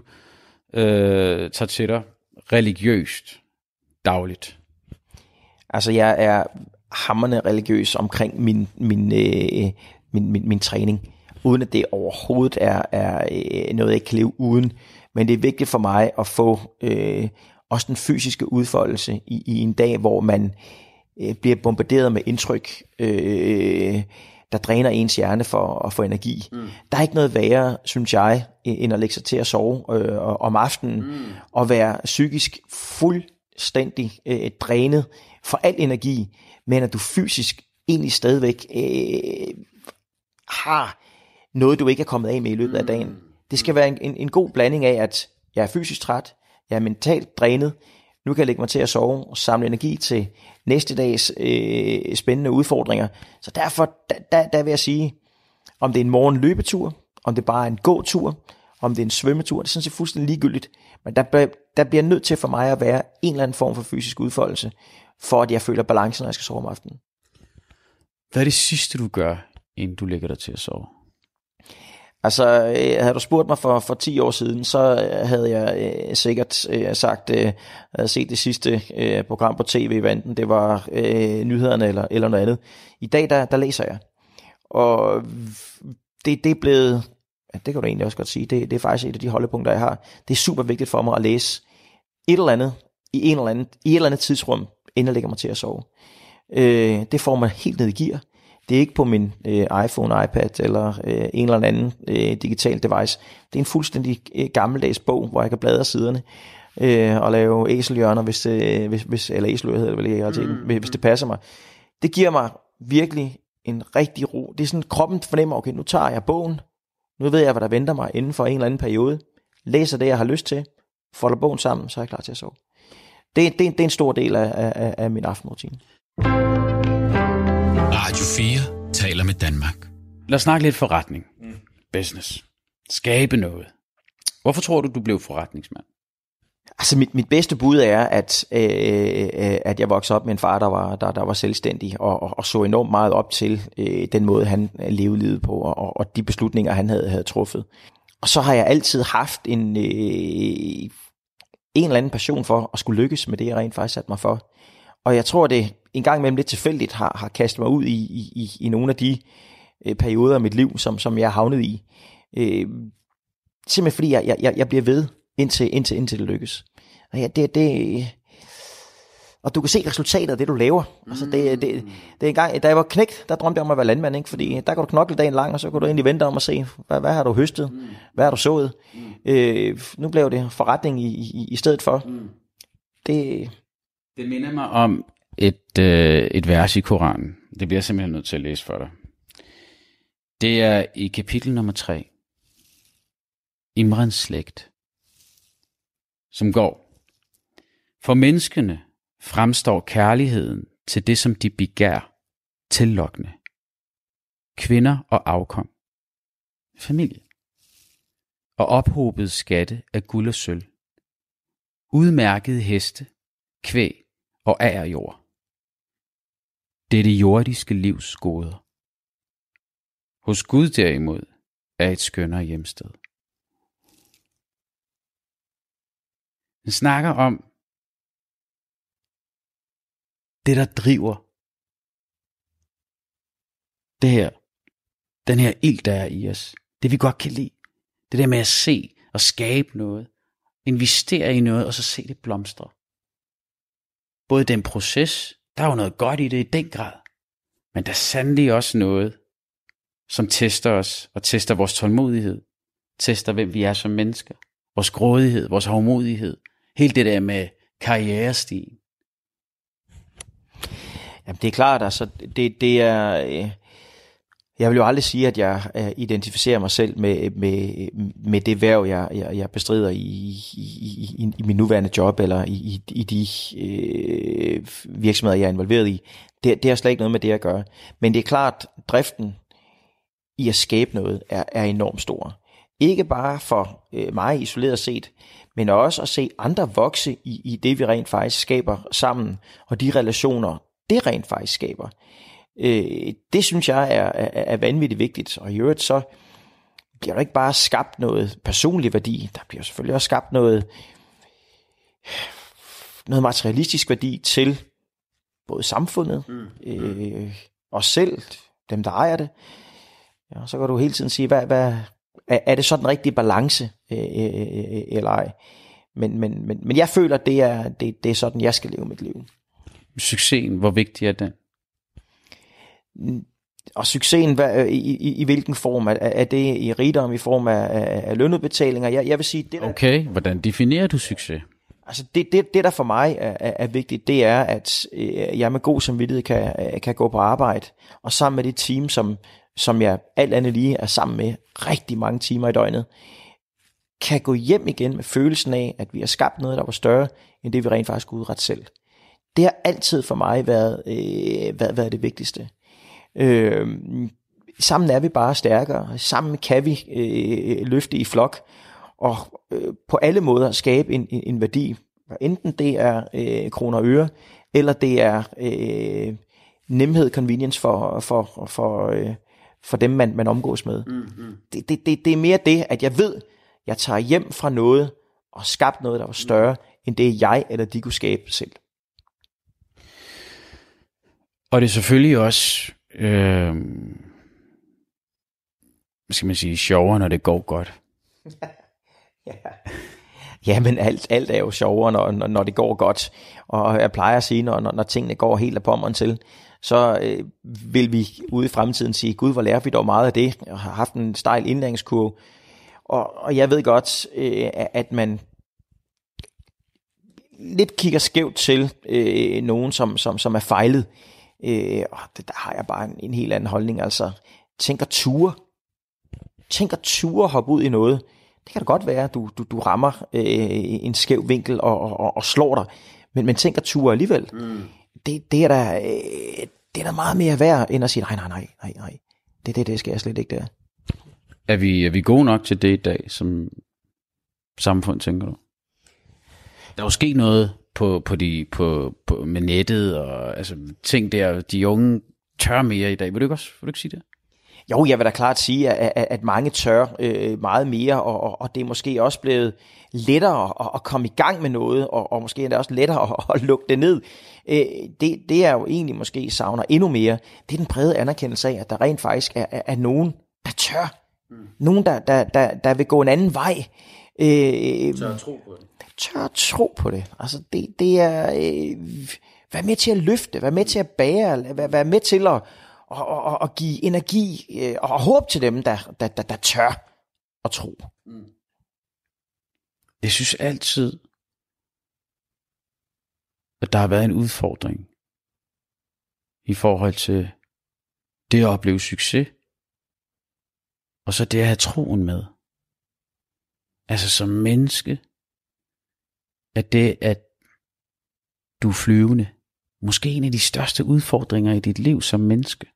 Speaker 2: øh, tager til dig religiøst dagligt?
Speaker 3: Altså, jeg er hamrende religiøs omkring min, min, øh, min, min, min træning, uden at det overhovedet er, er øh, noget, jeg kan leve uden. Men det er vigtigt for mig at få øh, også den fysiske udfoldelse i, i en dag, hvor man øh, bliver bombarderet med indtryk, øh, der dræner ens hjerne for at få energi. Mm. Der er ikke noget værre, synes jeg, end at lægge sig til at sove øh, om aftenen, mm. og være psykisk fuldstændig øh, drænet for al energi, men at du fysisk egentlig stadigvæk øh, har noget, du ikke er kommet af med i løbet af dagen. Det skal være en, en, en god blanding af, at jeg er fysisk træt, jeg er mentalt drænet, nu kan jeg lægge mig til at sove og samle energi til næste dags øh, spændende udfordringer. Så derfor, der, der, der vil jeg sige, om det er en morgen løbetur, om det bare er en gåtur, om det er en svømmetur, det er sådan set fuldstændig ligegyldigt. Men der, der bliver nødt til for mig at være en eller anden form for fysisk udfoldelse, for at jeg føler balance, når jeg skal sove om aftenen.
Speaker 2: Hvad er det sidste, du gør, inden du lægger dig til at sove?
Speaker 3: Altså, havde du spurgt mig for, for ti år siden, så havde jeg øh, sikkert øh, sagt, øh, havde set det sidste øh, program på tv, hvad enten det var øh, nyhederne eller, eller noget andet. I dag, der, der læser jeg. Og det, det er blevet, ja, det kan du egentlig også godt sige, det, det er faktisk et af de holdepunkter, jeg har. Det er super vigtigt for mig at læse et eller andet, i, en eller anden, i et eller andet tidsrum, inden jeg lægger mig til at sove. Øh, det får mig helt ned i gear. Det er ikke på min øh, iPhone, iPad eller øh, en eller anden øh, digital device. Det er en fuldstændig øh, gammeldags bog, hvor jeg kan bladre siderne øh, og lave æselhjørner, hvis, øh, hvis, hvis, eller æselhjørner hedder det vel i realiteten, mm. hvis det passer mig. Det giver mig virkelig en rigtig ro. Det er sådan, kroppen fornemmer, okay, nu tager jeg bogen, nu ved jeg, hvad der venter mig inden for en eller anden periode, læser det, jeg har lyst til, folder bogen sammen, så er jeg klar til at sove. Det, det, det er en stor del af, af, af min aftenrutine.
Speaker 1: Radio fire taler med Danmark.
Speaker 2: Lad os snakke lidt forretning. Mm. Business. Skabe noget. Hvorfor tror du, du blev forretningsmand?
Speaker 3: Altså mit, mit bedste bud er, at, øh, at jeg voksede op med en far, der var, der, der var selvstændig, og, og, og så enormt meget op til øh, den måde, han levede livet på, og, og de beslutninger, han havde, havde truffet. Og så har jeg altid haft en, øh, en eller anden passion for at skulle lykkes med det, jeg rent faktisk satte mig for. Og jeg tror, det en gang imellem lidt tilfældigt har, har kastet mig ud i, i, i, i nogle af de øh, perioder af mit liv, som, som jeg har havnet i. Øh, simpelthen fordi jeg, jeg, jeg bliver ved, indtil, indtil, indtil det lykkes. Og, ja, det, det, og du kan se resultatet af det, du laver. Mm. Altså det, det, det er en gang, da jeg var knægt, der drømte jeg om at være landmand, ikke? Fordi der kan du knokle dagen lang, og så kan du egentlig vente om at se, hvad, hvad har du høstet, mm. hvad har du sået. Mm. Øh, nu blev det forretning i, i, i stedet for. Mm. Det...
Speaker 2: Det minder mig om et, øh, et vers i Koranen. Det bliver jeg simpelthen nødt til at læse for dig. Det er i kapitel nummer tre. Imrans slægt. Som går. For menneskene fremstår kærligheden til det, som de begær, tillokkende. Kvinder og afkom. Familie. Og ophobet skatte af guld og sølv. Udmærkede heste, kvæg og agerjord. Det er det jordiske livs goder. Hos Gud derimod er et skønnere hjemsted. Den snakker om det, der driver det her, den her ild, der er i os. Det vi godt kan lide. Det der med at se og skabe noget. Investere i noget, og så se det blomstre. både den proces, der er jo noget godt i det i den grad, men der er sandelig også noget, som tester os, og tester vores tålmodighed, tester hvem vi er som mennesker, vores grådighed, vores hårdmodighed, helt det der med karrierestigen.
Speaker 3: Jamen det er klart, altså det, det er, øh, jeg vil jo aldrig sige, at jeg øh, identificerer mig selv med, med, med det værv, jeg, jeg, jeg bestrider i, i, i, i min nuværende job, eller i, i de øh, virksomheder, jeg er involveret i. Det, det har slet ikke noget med det at gøre. Men det er klart, driften i at skabe noget er, er enormt stor. Ikke bare for øh, mig isoleret set, men også at se andre vokse i, i det, vi rent faktisk skaber sammen, og de relationer, det rent faktisk skaber. Øh, det synes jeg er, er, er vanvittigt vigtigt, og i øvrigt så bliver der ikke bare skabt noget personlig værdi, der bliver selvfølgelig også skabt noget, noget materialistisk værdi til både samfundet, mm. øh, os selv, dem der ejer det. Ja, så kan du hele tiden sige, hvad, hvad, er det så den rigtige balance, øh, øh, eller ej? Men, men, men, men jeg føler, det er, det, det er sådan, jeg skal leve mit liv.
Speaker 2: Succesen, hvor vigtig er den?
Speaker 3: Og succesen, hvad, i, i, i hvilken form? Er, er det i rigdom, i form af, af, af lønudbetalinger? Jeg, jeg vil sige, det der,
Speaker 2: okay, hvordan definerer du succes?
Speaker 3: Altså det, det, det der for mig er, er, er vigtigt, det er, at øh, jeg med god samvittighed kan, kan gå på arbejde, og sammen med det team, som, som jeg alt andet lige er sammen med rigtig mange timer i døgnet, kan gå hjem igen med følelsen af, at vi har skabt noget, der var større, end det vi rent faktisk kunne udrette selv. Det har altid for mig været, øh, været, været det vigtigste. Øh, sammen er vi bare stærkere, sammen kan vi øh, løfte i flok, og øh, på alle måder skabe en, en, en værdi. Enten det er øh, kroner og øre, eller det er øh, nemhed, convenience for, for, for, øh, for dem, man, man omgås med. Mm-hmm. Det, det, det, det er mere det, at jeg ved, jeg tager hjem fra noget, og skabt noget, der var større, mm. end det jeg eller de kunne skabe selv.
Speaker 2: Og det er selvfølgelig også, øh, hvad skal man sige, sjovere, når det går godt.
Speaker 3: Ja. Ja, men alt, alt er jo sjovere, når, når, når det går godt. Og jeg plejer at sige, når, når, når tingene går helt af pommeren til, så øh, vil vi ude i fremtiden sige, gud, hvor lærer vi dog meget af det. Jeg har haft en stejl indlæringskurve. Og, og jeg ved godt, øh, at man lidt kigger skævt til øh, nogen, som, som, som er fejlet. Øh, og det, der har jeg bare en, en helt anden holdning. Altså, tænk at ture. Tænk at ture hoppe ud i noget. Det kan da godt være, at du, du, du rammer øh, en skæv vinkel og, og, og slår dig. Men, men tænk at ture alligevel. Mm. Det, det, er da, øh, det er da meget mere værd, end at sige, nej, nej, nej, nej, nej. Det, det, det skal jeg slet ikke der.
Speaker 2: Er vi, er vi gode nok til det i dag, som samfund, tænker du? Der er jo sket noget på, på de, på, på, med nettet, og altså, ting der, de unge tør mere i dag. Vil du ikke også vil du ikke sige det?
Speaker 3: Jo, jeg vil da klart sige, at, at, at mange tør øh, meget mere, og, og, og det er måske også blevet lettere at, at komme i gang med noget, og, og måske endda også lettere at, at lukke det ned. Øh, det, det er jo egentlig måske savner endnu mere. Det er den brede anerkendelse af, at der rent faktisk er, er, er nogen, der tør. Mm. Nogen, der, der, der, der vil gå en anden vej.
Speaker 2: Øh, tør at tro på det.
Speaker 3: Tør at tro på det. Altså, det, det er... Øh, vær med til at løfte, vær med til at bære, vær, vær med til at... Og, og, og give energi øh, og håb til dem, der, der, der, der tør at tro. Mm.
Speaker 2: Jeg synes altid, at der har været en udfordring i forhold til det at opleve succes, og så det at have troen med. Altså som menneske, at det, at du er flyvende, måske en af de største udfordringer i dit liv som menneske.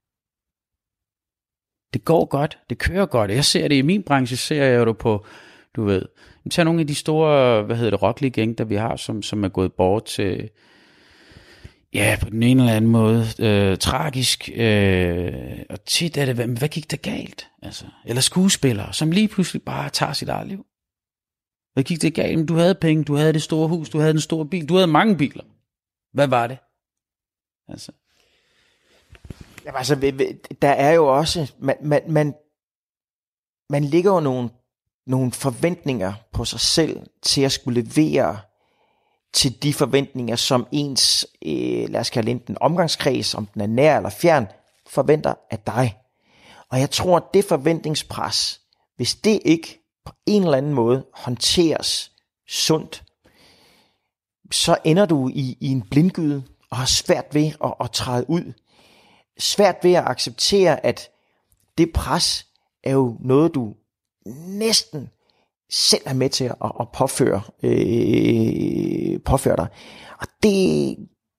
Speaker 2: Det går godt, det kører godt. Jeg ser det i min branche, ser jeg jo på, du ved, tag nogle af de store, hvad hedder det, rocklegender, vi har, som, som er gået bort til, ja, på den ene eller anden måde, øh, tragisk, øh, og tit er det, hvad, hvad gik der galt? Altså, eller skuespillere, som lige pludselig bare tager sit eget liv. Hvad gik det galt? Men du havde penge, du havde det store hus, du havde den store bil, du havde mange biler. Hvad var det? Altså.
Speaker 3: Jamen, altså, der er jo også, man, man, man, man ligger jo nogle, nogle forventninger på sig selv til at skulle levere til de forventninger, som ens, øh, lad os kalde enten omgangskreds, om den er nær eller fjern, forventer af dig. Og jeg tror, at det forventningspres, hvis det ikke på en eller anden måde håndteres sundt, så ender du i, i en blindgyde og har svært ved at, at træde ud. Svært ved at acceptere, at det pres er jo noget, du næsten selv er med til at, at påføre, øh, påføre dig. Og det,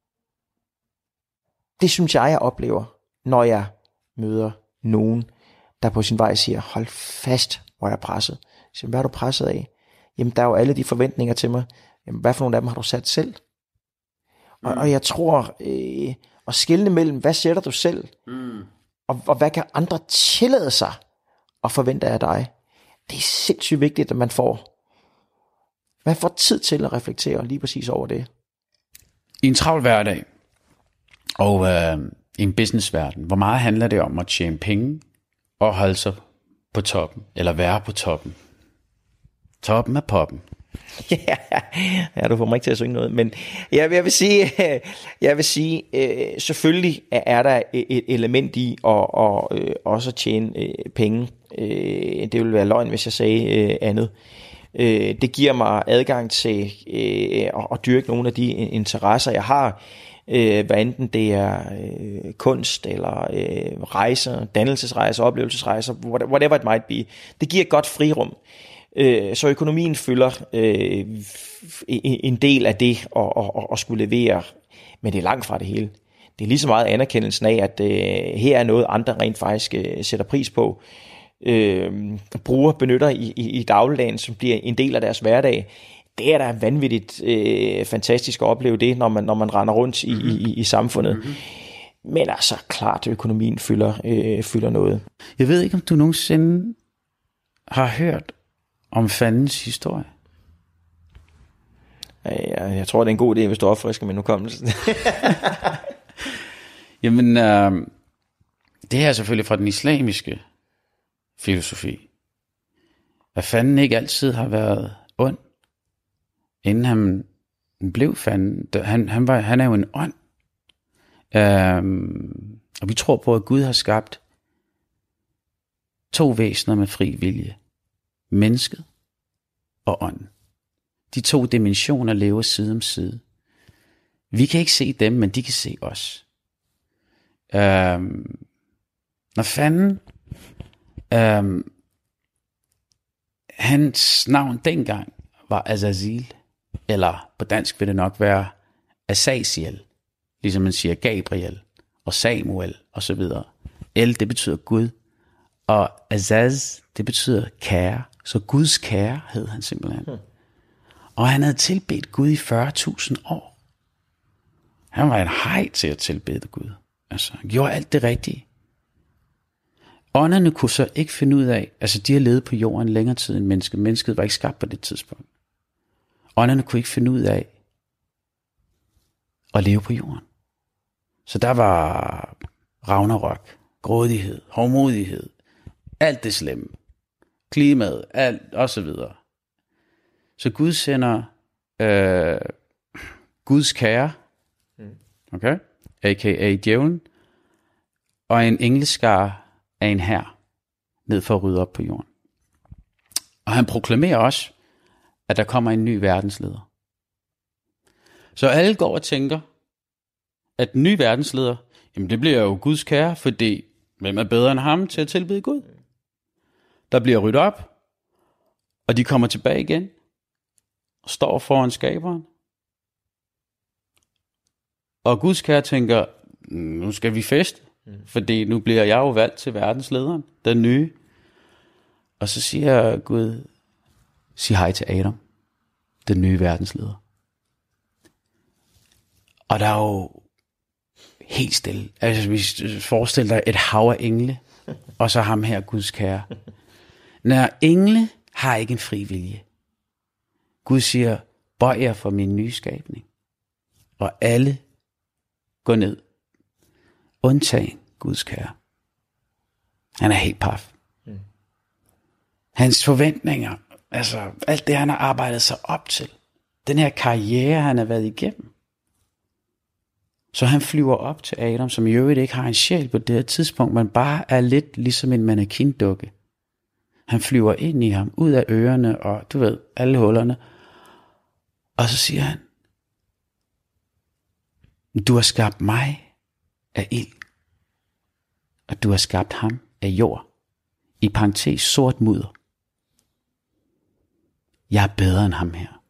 Speaker 3: det synes jeg, jeg oplever, når jeg møder nogen, der på sin vej siger, hold fast, hvor jeg er presset. Så, hvad er du presset af? Jamen, der er jo alle de forventninger til mig. Jamen, hvad for nogle af dem har du sat selv? Mm. Og, og jeg tror, øh, at skelne mellem, hvad sætter du selv? Mm. Og, og hvad kan andre tillade sig at forvente af dig? Det er sindssygt vigtigt, at man får, man får tid til at reflektere lige præcis over det.
Speaker 2: I en travl hverdag, og øh, i en businessverden, hvor meget handler det om at tjene penge, og holde sig på toppen, eller være på toppen? Toppen af poppen.
Speaker 3: Ja, ja, du får mig ikke til at synge noget, men jeg, jeg vil sige, jeg vil sige, øh, selvfølgelig er der et element i at og, øh, også tjene øh, penge. Øh, det ville være løgn, hvis jeg sagde øh, andet. Øh, det giver mig adgang til øh, at, at dyrke nogle af de interesser, jeg har, øh, hvad enten det er øh, kunst eller øh, rejser, dannelsesrejser, oplevelsesrejser, whatever it might be. Det giver et godt frirum. Så økonomien fylder øh, en del af det at, at, at skulle levere, men det er langt fra det hele. Det er lige så meget anerkendelsen af, at øh, her er noget, andre rent faktisk øh, sætter pris på. Øh, bruger, benytter i, i, i dagligdagen, som bliver en del af deres hverdag. Det er da vanvittigt øh, fantastisk at opleve det, når man, når man render rundt i, mm-hmm. i, i samfundet. Mm-hmm. Men altså klart, økonomien fylder, øh, fylder noget.
Speaker 2: Jeg ved ikke, om du nogensinde har hørt om fandens historie.
Speaker 3: Ja, jeg tror, det er en god idé, hvis du opfrisker min hukommelse.
Speaker 2: Jamen, øh, det her er selvfølgelig fra den islamiske filosofi. At fanden ikke altid har været ond, inden han blev fanden. Han, han, var, han er jo en ånd. Øh, og vi tror på, at Gud har skabt to væsener med fri vilje. Mennesket og ånden. De to dimensioner lever side om side. Vi kan ikke se dem, men de kan se os. Øhm, når fanden, øhm, hans navn dengang var Azazel, eller på dansk vil det nok være Azaziel, ligesom man siger Gabriel og Samuel og så videre. El, det betyder Gud, og Azaz, det betyder kære. Så Guds kære hed han simpelthen. Hmm. Og han havde tilbedt Gud i fyrre tusind år. Han var en hej til at tilbede Gud. Altså, han gjorde alt det rigtige. Ånderne kunne så ikke finde ud af, altså de har levet på jorden længere tid end mennesket. Mennesket var ikke skabt på det tidspunkt. Ånderne kunne ikke finde ud af at leve på jorden. Så der var ragnarok, grådighed, hovmodighed, alt det slemme. Klimaet, alt, og så videre. Så Gud sender øh, Guds kære, okay, a k a djævlen, og en engleskare af en hær, ned for at rydde op på jorden. Og han proklamerer også, at der kommer en ny verdensleder. Så alle går og tænker, at den nye verdensleder, jamen det bliver jo Guds kære, fordi hvem er bedre end ham til at tilbede Gud? Der bliver ryddet op, og de kommer tilbage igen, og står foran skaberen. Og Guds kære tænker, nu skal vi feste, mm. fordi nu bliver jeg jo valgt til verdenslederen, den nye. Og så siger Gud, sig hej til Adam, den nye verdensleder. Og der er jo helt stille. Altså hvis du forestiller dig et hav af engle, og så ham her, Guds kære. Når engle har ikke en fri vilje. Gud siger, bøj jer for min nye skabning. Og alle går ned. Undtagen Guds kære. Han er helt paf. Mm. Hans forventninger, altså alt det han har arbejdet sig op til, den her karriere, han har været igennem. Så han flyver op til Adam, som i øvrigt ikke har en sjæl på det her tidspunkt, men bare er lidt ligesom en mannequin-dukke. Han flyver ind i ham, ud af ørerne, og du ved, alle hullerne. Og så siger han, du har skabt mig af ild, og du har skabt ham af jord. I parentes sort mudder. Jeg er bedre end ham her.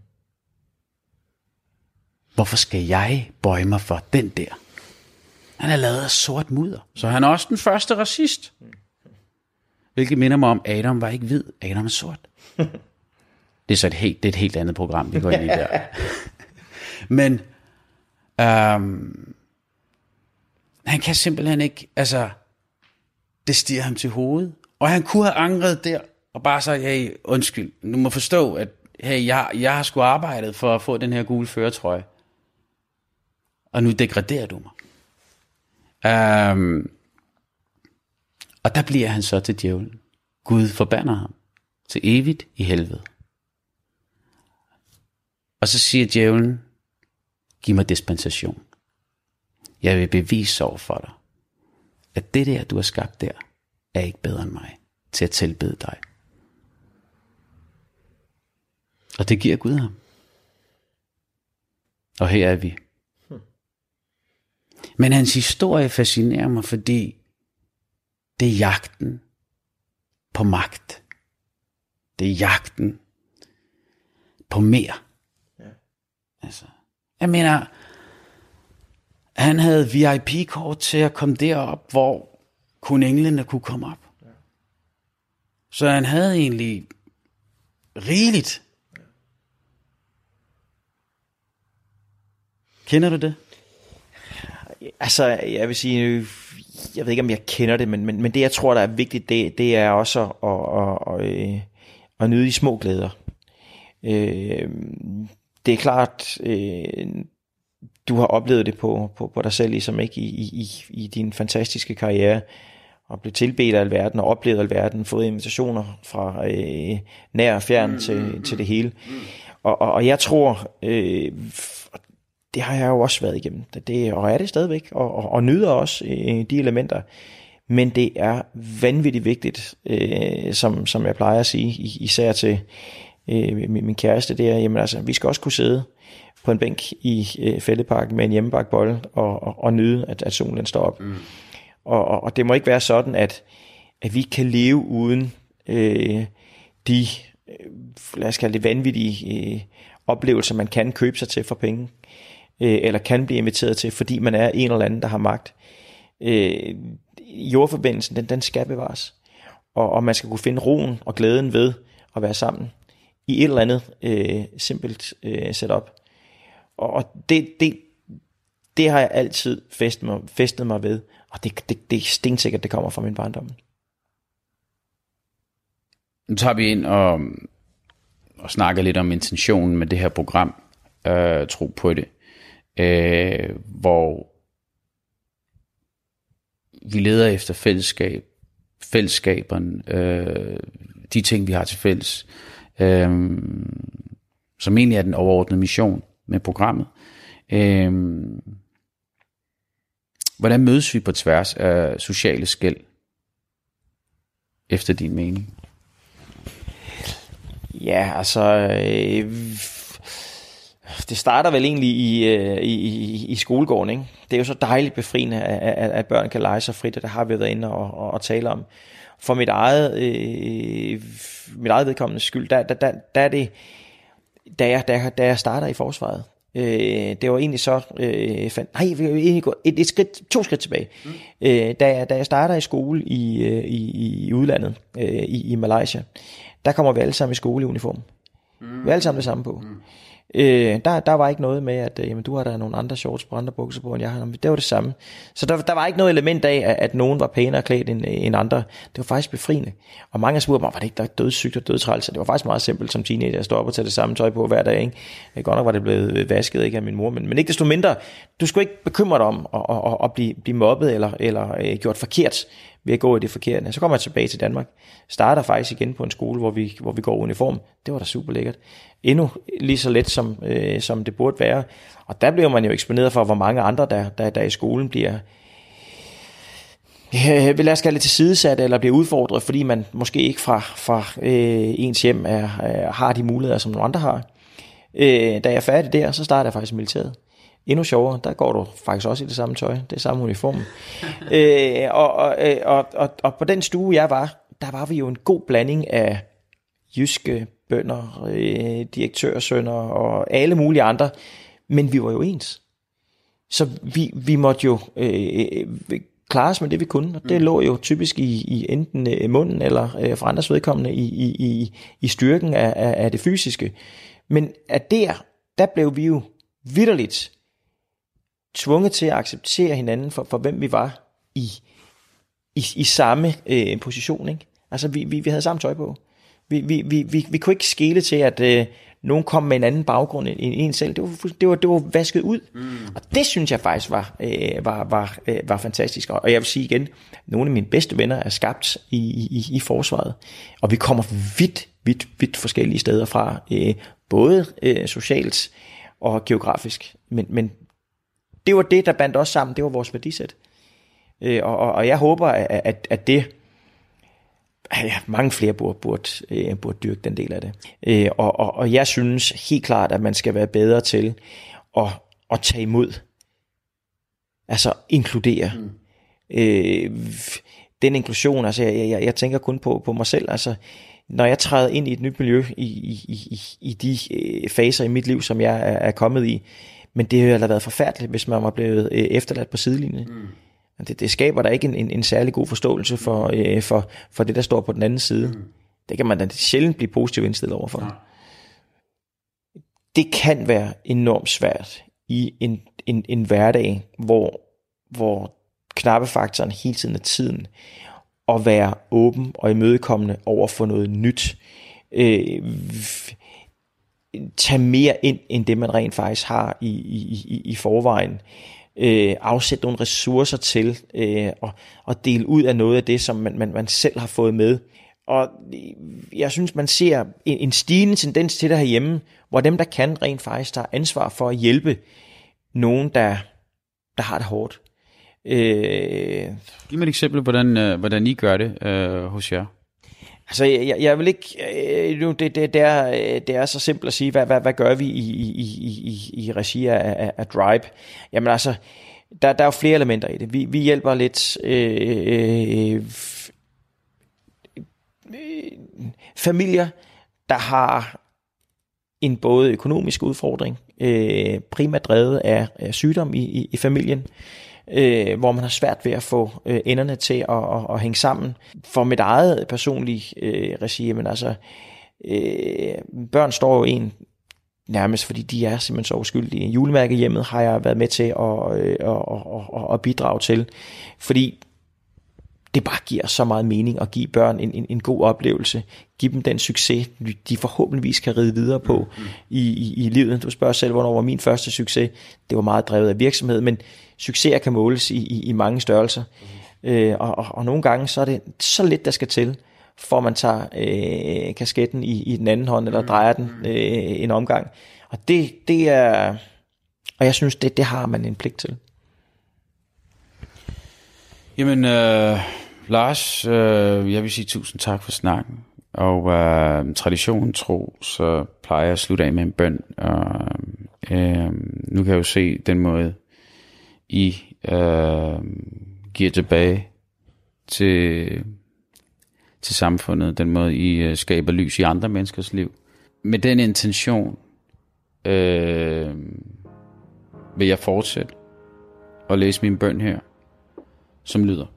Speaker 2: Hvorfor skal jeg bøje mig for den der? Han er lavet af sort mudder. Så han er også den første racist. Hvilket minder mig om, Adam var ikke hvid. Adam er sort. Det er så et helt, det er et helt andet program, vi går ind i der. Men øhm, han kan simpelthen ikke, altså, det stiger ham til hovedet. Og han kunne have angret der, og bare sagt, hey, undskyld, du må forstå, at hey, jeg, jeg har sgu arbejdet for at få den her gule førertrøje. Og nu degraderer du mig. Um, og der bliver han så til djævlen. Gud forbander ham til evigt i helvede. Og så siger djævlen, giv mig dispensation. Jeg vil bevise over for dig, at det der, du har skabt der, er ikke bedre end mig til at tilbede dig. Og det giver Gud ham. Og her er vi. Men hans historie fascinerer mig, fordi det er jagten på magt. Det er jagten på mere. Ja. Altså, jeg mener, han havde V I P-kort til at komme derop, hvor kun englene kunne komme op. Ja. Så han havde egentlig rigeligt. Ja. Kender du det?
Speaker 3: Altså, jeg vil sige, jeg ved ikke, om jeg kender det, men, men, men det, jeg tror, der er vigtigt, det, det er også at, at, at, at, at nyde de små glæder. Øh, det er klart, øh, du har oplevet det på, på, på dig selv, ligesom ikke i, i, i din fantastiske karriere, og blevet tilbedt af alverden, og oplevet alverden, fået invitationer fra øh, nær og fjern mm, til, mm, til det hele. Mm. Og, og, og jeg tror... Øh, det har jeg jo også været igennem, det, og er det stadigvæk, og, og, og nyder også øh, de elementer, men det er vanvittigt vigtigt, øh, som, som jeg plejer at sige, især til øh, min, min kæreste, det er, jamen altså, vi skal også kunne sidde på en bænk i øh, Fælledparken med en hjemmebagt bolle, og, og, og nyde, at, at solen står op. Mm. Og, og, og det må ikke være sådan, at, at vi kan leve uden øh, de, øh, lad os kalde det vanvittige øh, oplevelser, man kan købe sig til for penge, eller kan blive inviteret til, fordi man er en eller anden, der har magt. Øh, jordforbindelsen, den, den skal bevares. Og, og man skal kunne finde roen og glæden ved at være sammen i et eller andet øh, simpelt øh, setup. Og, og det, det, det har jeg altid festet mig, festet mig ved, og det, det, det er stensikkert, det kommer fra min barndom.
Speaker 2: Nu tager vi ind og, og snakker lidt om intentionen med det her program, øh, tro på det. Øh, hvor vi leder efter fællesskab, fællesskaberne, øh, de ting vi har til fælles, øh, som egentlig er den overordnede mission med programmet. Øh, hvordan mødes vi på tværs af sociale skel, efter din mening?
Speaker 3: Ja, altså... Øh, Det starter vel egentlig i, i, i, i skolegården, ikke? Det er jo så dejligt befriende, at, at børn kan lege sig frit, og det har vi været inde og, og, og tale om. For mit eget, øh, mit eget vedkommende skyld, der, der, der, der er det, da jeg, da, da jeg starter i forsvaret, øh, det var egentlig så, øh, fandt, nej, vi vil egentlig gå et, et skridt, to skridt tilbage. Mm. Øh, da, jeg, da jeg starter i skole i, i, i udlandet, øh, i, i Malaysia, der kommer vi alle sammen i skole i uniform. Mm. Vi er alle sammen det samme på. Mm. Øh, der, der var ikke noget med, at jamen, du har der nogle andre shorts på, andre bukser på, end jeg har. Det var det samme. Så der, der var ikke noget element af, at, at nogen var pænere klædt end, end andre. Det var faktisk befriende. Og mange spurgte mig, var det ikke der dødssygt og dødtræls? Det var faktisk meget simpelt som teenager at stå op og tage det samme tøj på hver dag. Ikke? Godt nok var det blevet vasket ikke af min mor, men, men ikke desto mindre, du skulle ikke bekymre dig om at, at, at blive, blive mobbet eller, eller uh, gjort forkert ved at gå i det forkerte. Så kommer jeg tilbage til Danmark, starter faktisk igen på en skole, hvor vi, hvor vi går uniform. Det var da super lækkert. Endnu lige så let, som, øh, som det burde være. Og der bliver man jo eksponeret for, hvor mange andre, der, der, der i skolen bliver, øh, vil lad os kalde det tilsidesat, eller bliver udfordret, fordi man måske ikke fra, fra øh, ens hjem er, er, har de muligheder, som nogle andre har. Øh, da jeg er færdig der, så starter jeg faktisk i militæret. Endnu sjovere, der går du faktisk også i det samme tøj, det samme uniform. øh, og, og, og, og, og på den stue, jeg var, der var vi jo en god blanding af jyske bønder, øh, direktørsønner og alle mulige andre, men vi var jo ens. Så vi, vi måtte jo øh, klare os med det, vi kunne, og det lå jo typisk i, i enten øh, munden eller øh, for andres vedkommende i, i, i, i styrken af, af, af det fysiske. Men at der, der blev vi jo vitterligt tvunget til at acceptere hinanden for, for hvem vi var i, i, i samme øh, position. Ikke? Altså vi, vi, vi havde samme tøj på. Vi, vi, vi, vi, vi kunne ikke skele til, at øh, nogen kom med en anden baggrund end en selv. Det var, det var, det var vasket ud. Mm. Og det synes jeg faktisk var, øh, var, var, øh, var fantastisk. Og jeg vil sige igen, nogle af mine bedste venner er skabt i, i, i forsvaret. Og vi kommer vidt, vidt, vidt forskellige steder fra. Øh, både øh, socialt og geografisk. Men, men det var det, der bandt os sammen. Det var vores værdisæt. Øh, og, og, og jeg håber, at, at, at det... Ja, mange flere burde, burde, øh, burde dyrke den del af det. Øh, og, og, og jeg synes helt klart, at man skal være bedre til at, at tage imod. Altså inkludere. Mm. Øh, den inklusion, altså jeg, jeg, jeg tænker kun på, på mig selv. Altså, når jeg træder ind i et nyt miljø, i, i, i, i de øh, faser i mit liv, som jeg er, er kommet i, men det har da været forfærdeligt, hvis man var blevet øh, efterladt på sidelinjen. Mm. Det, det skaber da ikke en, en, en særlig god forståelse for, øh, for, for det, der står på den anden side. Mm. Det kan man da sjældent blive positivt indstillet overfor. Ja. Det kan være enormt svært i en, en, en hverdag, hvor, hvor knappefaktoren hele tiden er tiden, at være åben og imødekommende over for noget nyt. Øh, tage mere ind, end det man rent faktisk har i, i, i, i forvejen. Øh, afsætte nogle ressourcer til øh, og, og dele ud af noget af det, som man, man, man selv har fået med. Og jeg synes, man ser en, en stigende tendens til det herhjemme, hvor dem, der kan, rent faktisk tager ansvar for at hjælpe nogen, der, der har det hårdt. Øh,
Speaker 2: Giv mig et eksempel, hvordan, øh, hvordan I gør det øh, hos jer.
Speaker 3: Altså, jeg, jeg vil ikke, øh, nu, det, det, det, er, det er så simpelt at sige, hvad, hvad, hvad gør vi i, i, i, i, i regi af, af, af Drive? Jamen altså, der, der er jo flere elementer i det. Vi, vi hjælper lidt øh, øh, familier, der har en både økonomisk udfordring, øh, primært drevet af, af sygdom i, i, i familien, Øh, hvor man har svært ved at få øh, enderne til at, at, at hænge sammen. For mit eget personlige øh, regi, men altså, øh, børn står jo en nærmest, fordi de er simpelthen så uskyldige. Julemærkehjemmet har jeg været med til at, øh, at, at, at bidrage til, fordi det bare giver så meget mening at give børn en, en, en god oplevelse. Give dem den succes, de forhåbentligvis kan ride videre på mm. i, i, i livet. Du spørger selv, hvornår var min første succes? Det var meget drevet af virksomhed, men succeser kan måles i, i, i mange størrelser. Mm. Øh, og, og, og nogle gange, så er det så lidt, der skal til, for man tager øh, kasketten i, i den anden hånd, eller mm. drejer den øh, en omgang. Og det, det er... Og jeg synes, det, det har man en pligt til.
Speaker 2: Jamen, øh, Lars, øh, jeg vil sige tusind tak for snakken. Og øh, traditionen tro, så plejer jeg at slutte af med en bøn. Og øh, nu kan jeg jo se den måde, I øh, giver tilbage til, til samfundet. Den måde, I øh, skaber lys i andre menneskers liv. Med den intention øh, vil jeg fortsætte og læse min bøn her, som lyder: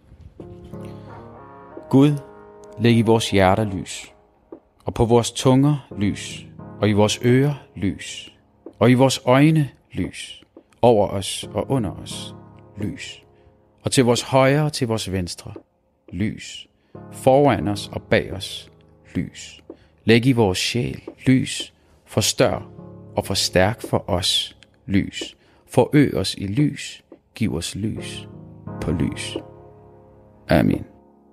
Speaker 2: Gud, læg i vores hjerter lys, og på vores tunger lys, og i vores ører lys, og i vores øjne lys, over os og under os lys, og til vores højre og til vores venstre lys, foran os og bag os lys. Læg i vores sjæl lys, forstør og forstærk for os lys, forøg os i lys, giv os lys på lys. Amen.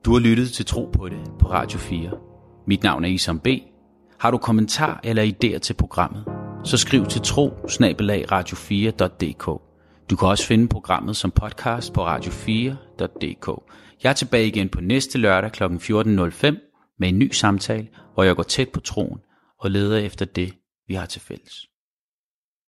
Speaker 1: Du har lyttet til Tro på det på Radio fire. Mit navn er Isam B. Har du kommentar eller idéer til programmet, så skriv til tro bindestreg radio fire punktum d k. Du kan også finde programmet som podcast på radio fire punktum d k. Jeg er tilbage igen på næste lørdag klokken fjorten nul fem med en ny samtale, hvor jeg går tæt på troen og leder efter det, vi har til fælles.